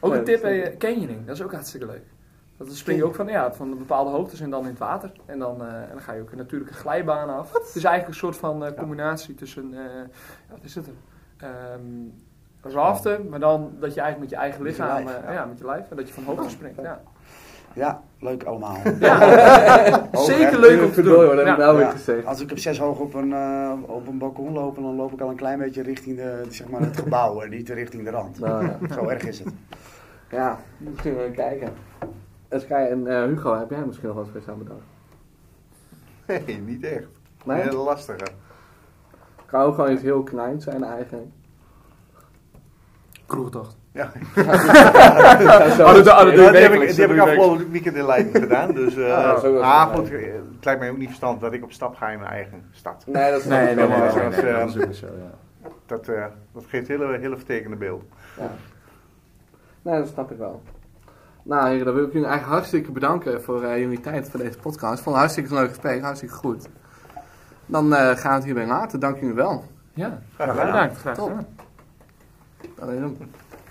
Ook Ja, een tip, dat is eh, canyoning, dat is ook hartstikke leuk. Dat dan spring je ook van, ja, van bepaalde hoogtes en dan in het water. En dan, uh, en dan ga je ook een natuurlijke glijbaan af. Wat? Het is eigenlijk een soort van uh, combinatie tussen, uh, ja, wat is het er? Um, raften, maar dan dat je eigenlijk met je eigen lichaam, met je lijf, uh, ja. ja, met je lijf, en dat je van hoogte springt. Ja. Ja, leuk allemaal. Ja. Zeker leuk om te doen. Door, dat heb ik nou weer Ja. gezegd. Als ik op zes hoog op een, uh, op een balkon loop, dan loop ik al een klein beetje richting de, zeg maar, het gebouw en niet richting de rand. Nou, ja. Zo erg is het. Ja, misschien wel kijken. Eens kijken. En uh, Hugo, heb jij misschien nog wat speciaal bedacht? Nee, niet echt. Nee? Heel lastige. Kan ook gewoon iets heel kleins zijn eigenlijk. Kroegtocht. Ja. Ja, zo. Oh, dat- oh, dat doe je Ja, die heb ik, wekelijks, die heb dat ik doe je afgelopen weekend in Leiden gedaan. Dus, uh, Ah, zo was het. ah, goed, het lijkt mij ook niet verstandig dat ik op stap ga in mijn eigen stad. Nee, dat is Nee, nee, nee, nee, nee, nee, nee, nee, nee, dat is ook niet zo, ja. Dat, uh, dat geeft hele, hele vertekende beeld. Ja. Nee, dat snap ik wel. Nou heren, dan wil ik jullie eigenlijk hartstikke bedanken voor uh, jullie tijd voor deze podcast. Ik vond het hartstikke leuk gesprek, hartstikke goed. Dan uh, gaan we het hierbij laten. Dank jullie wel. Ja, Graag gedaan. bedankt. Graag Top. gedaan. Dan is hem.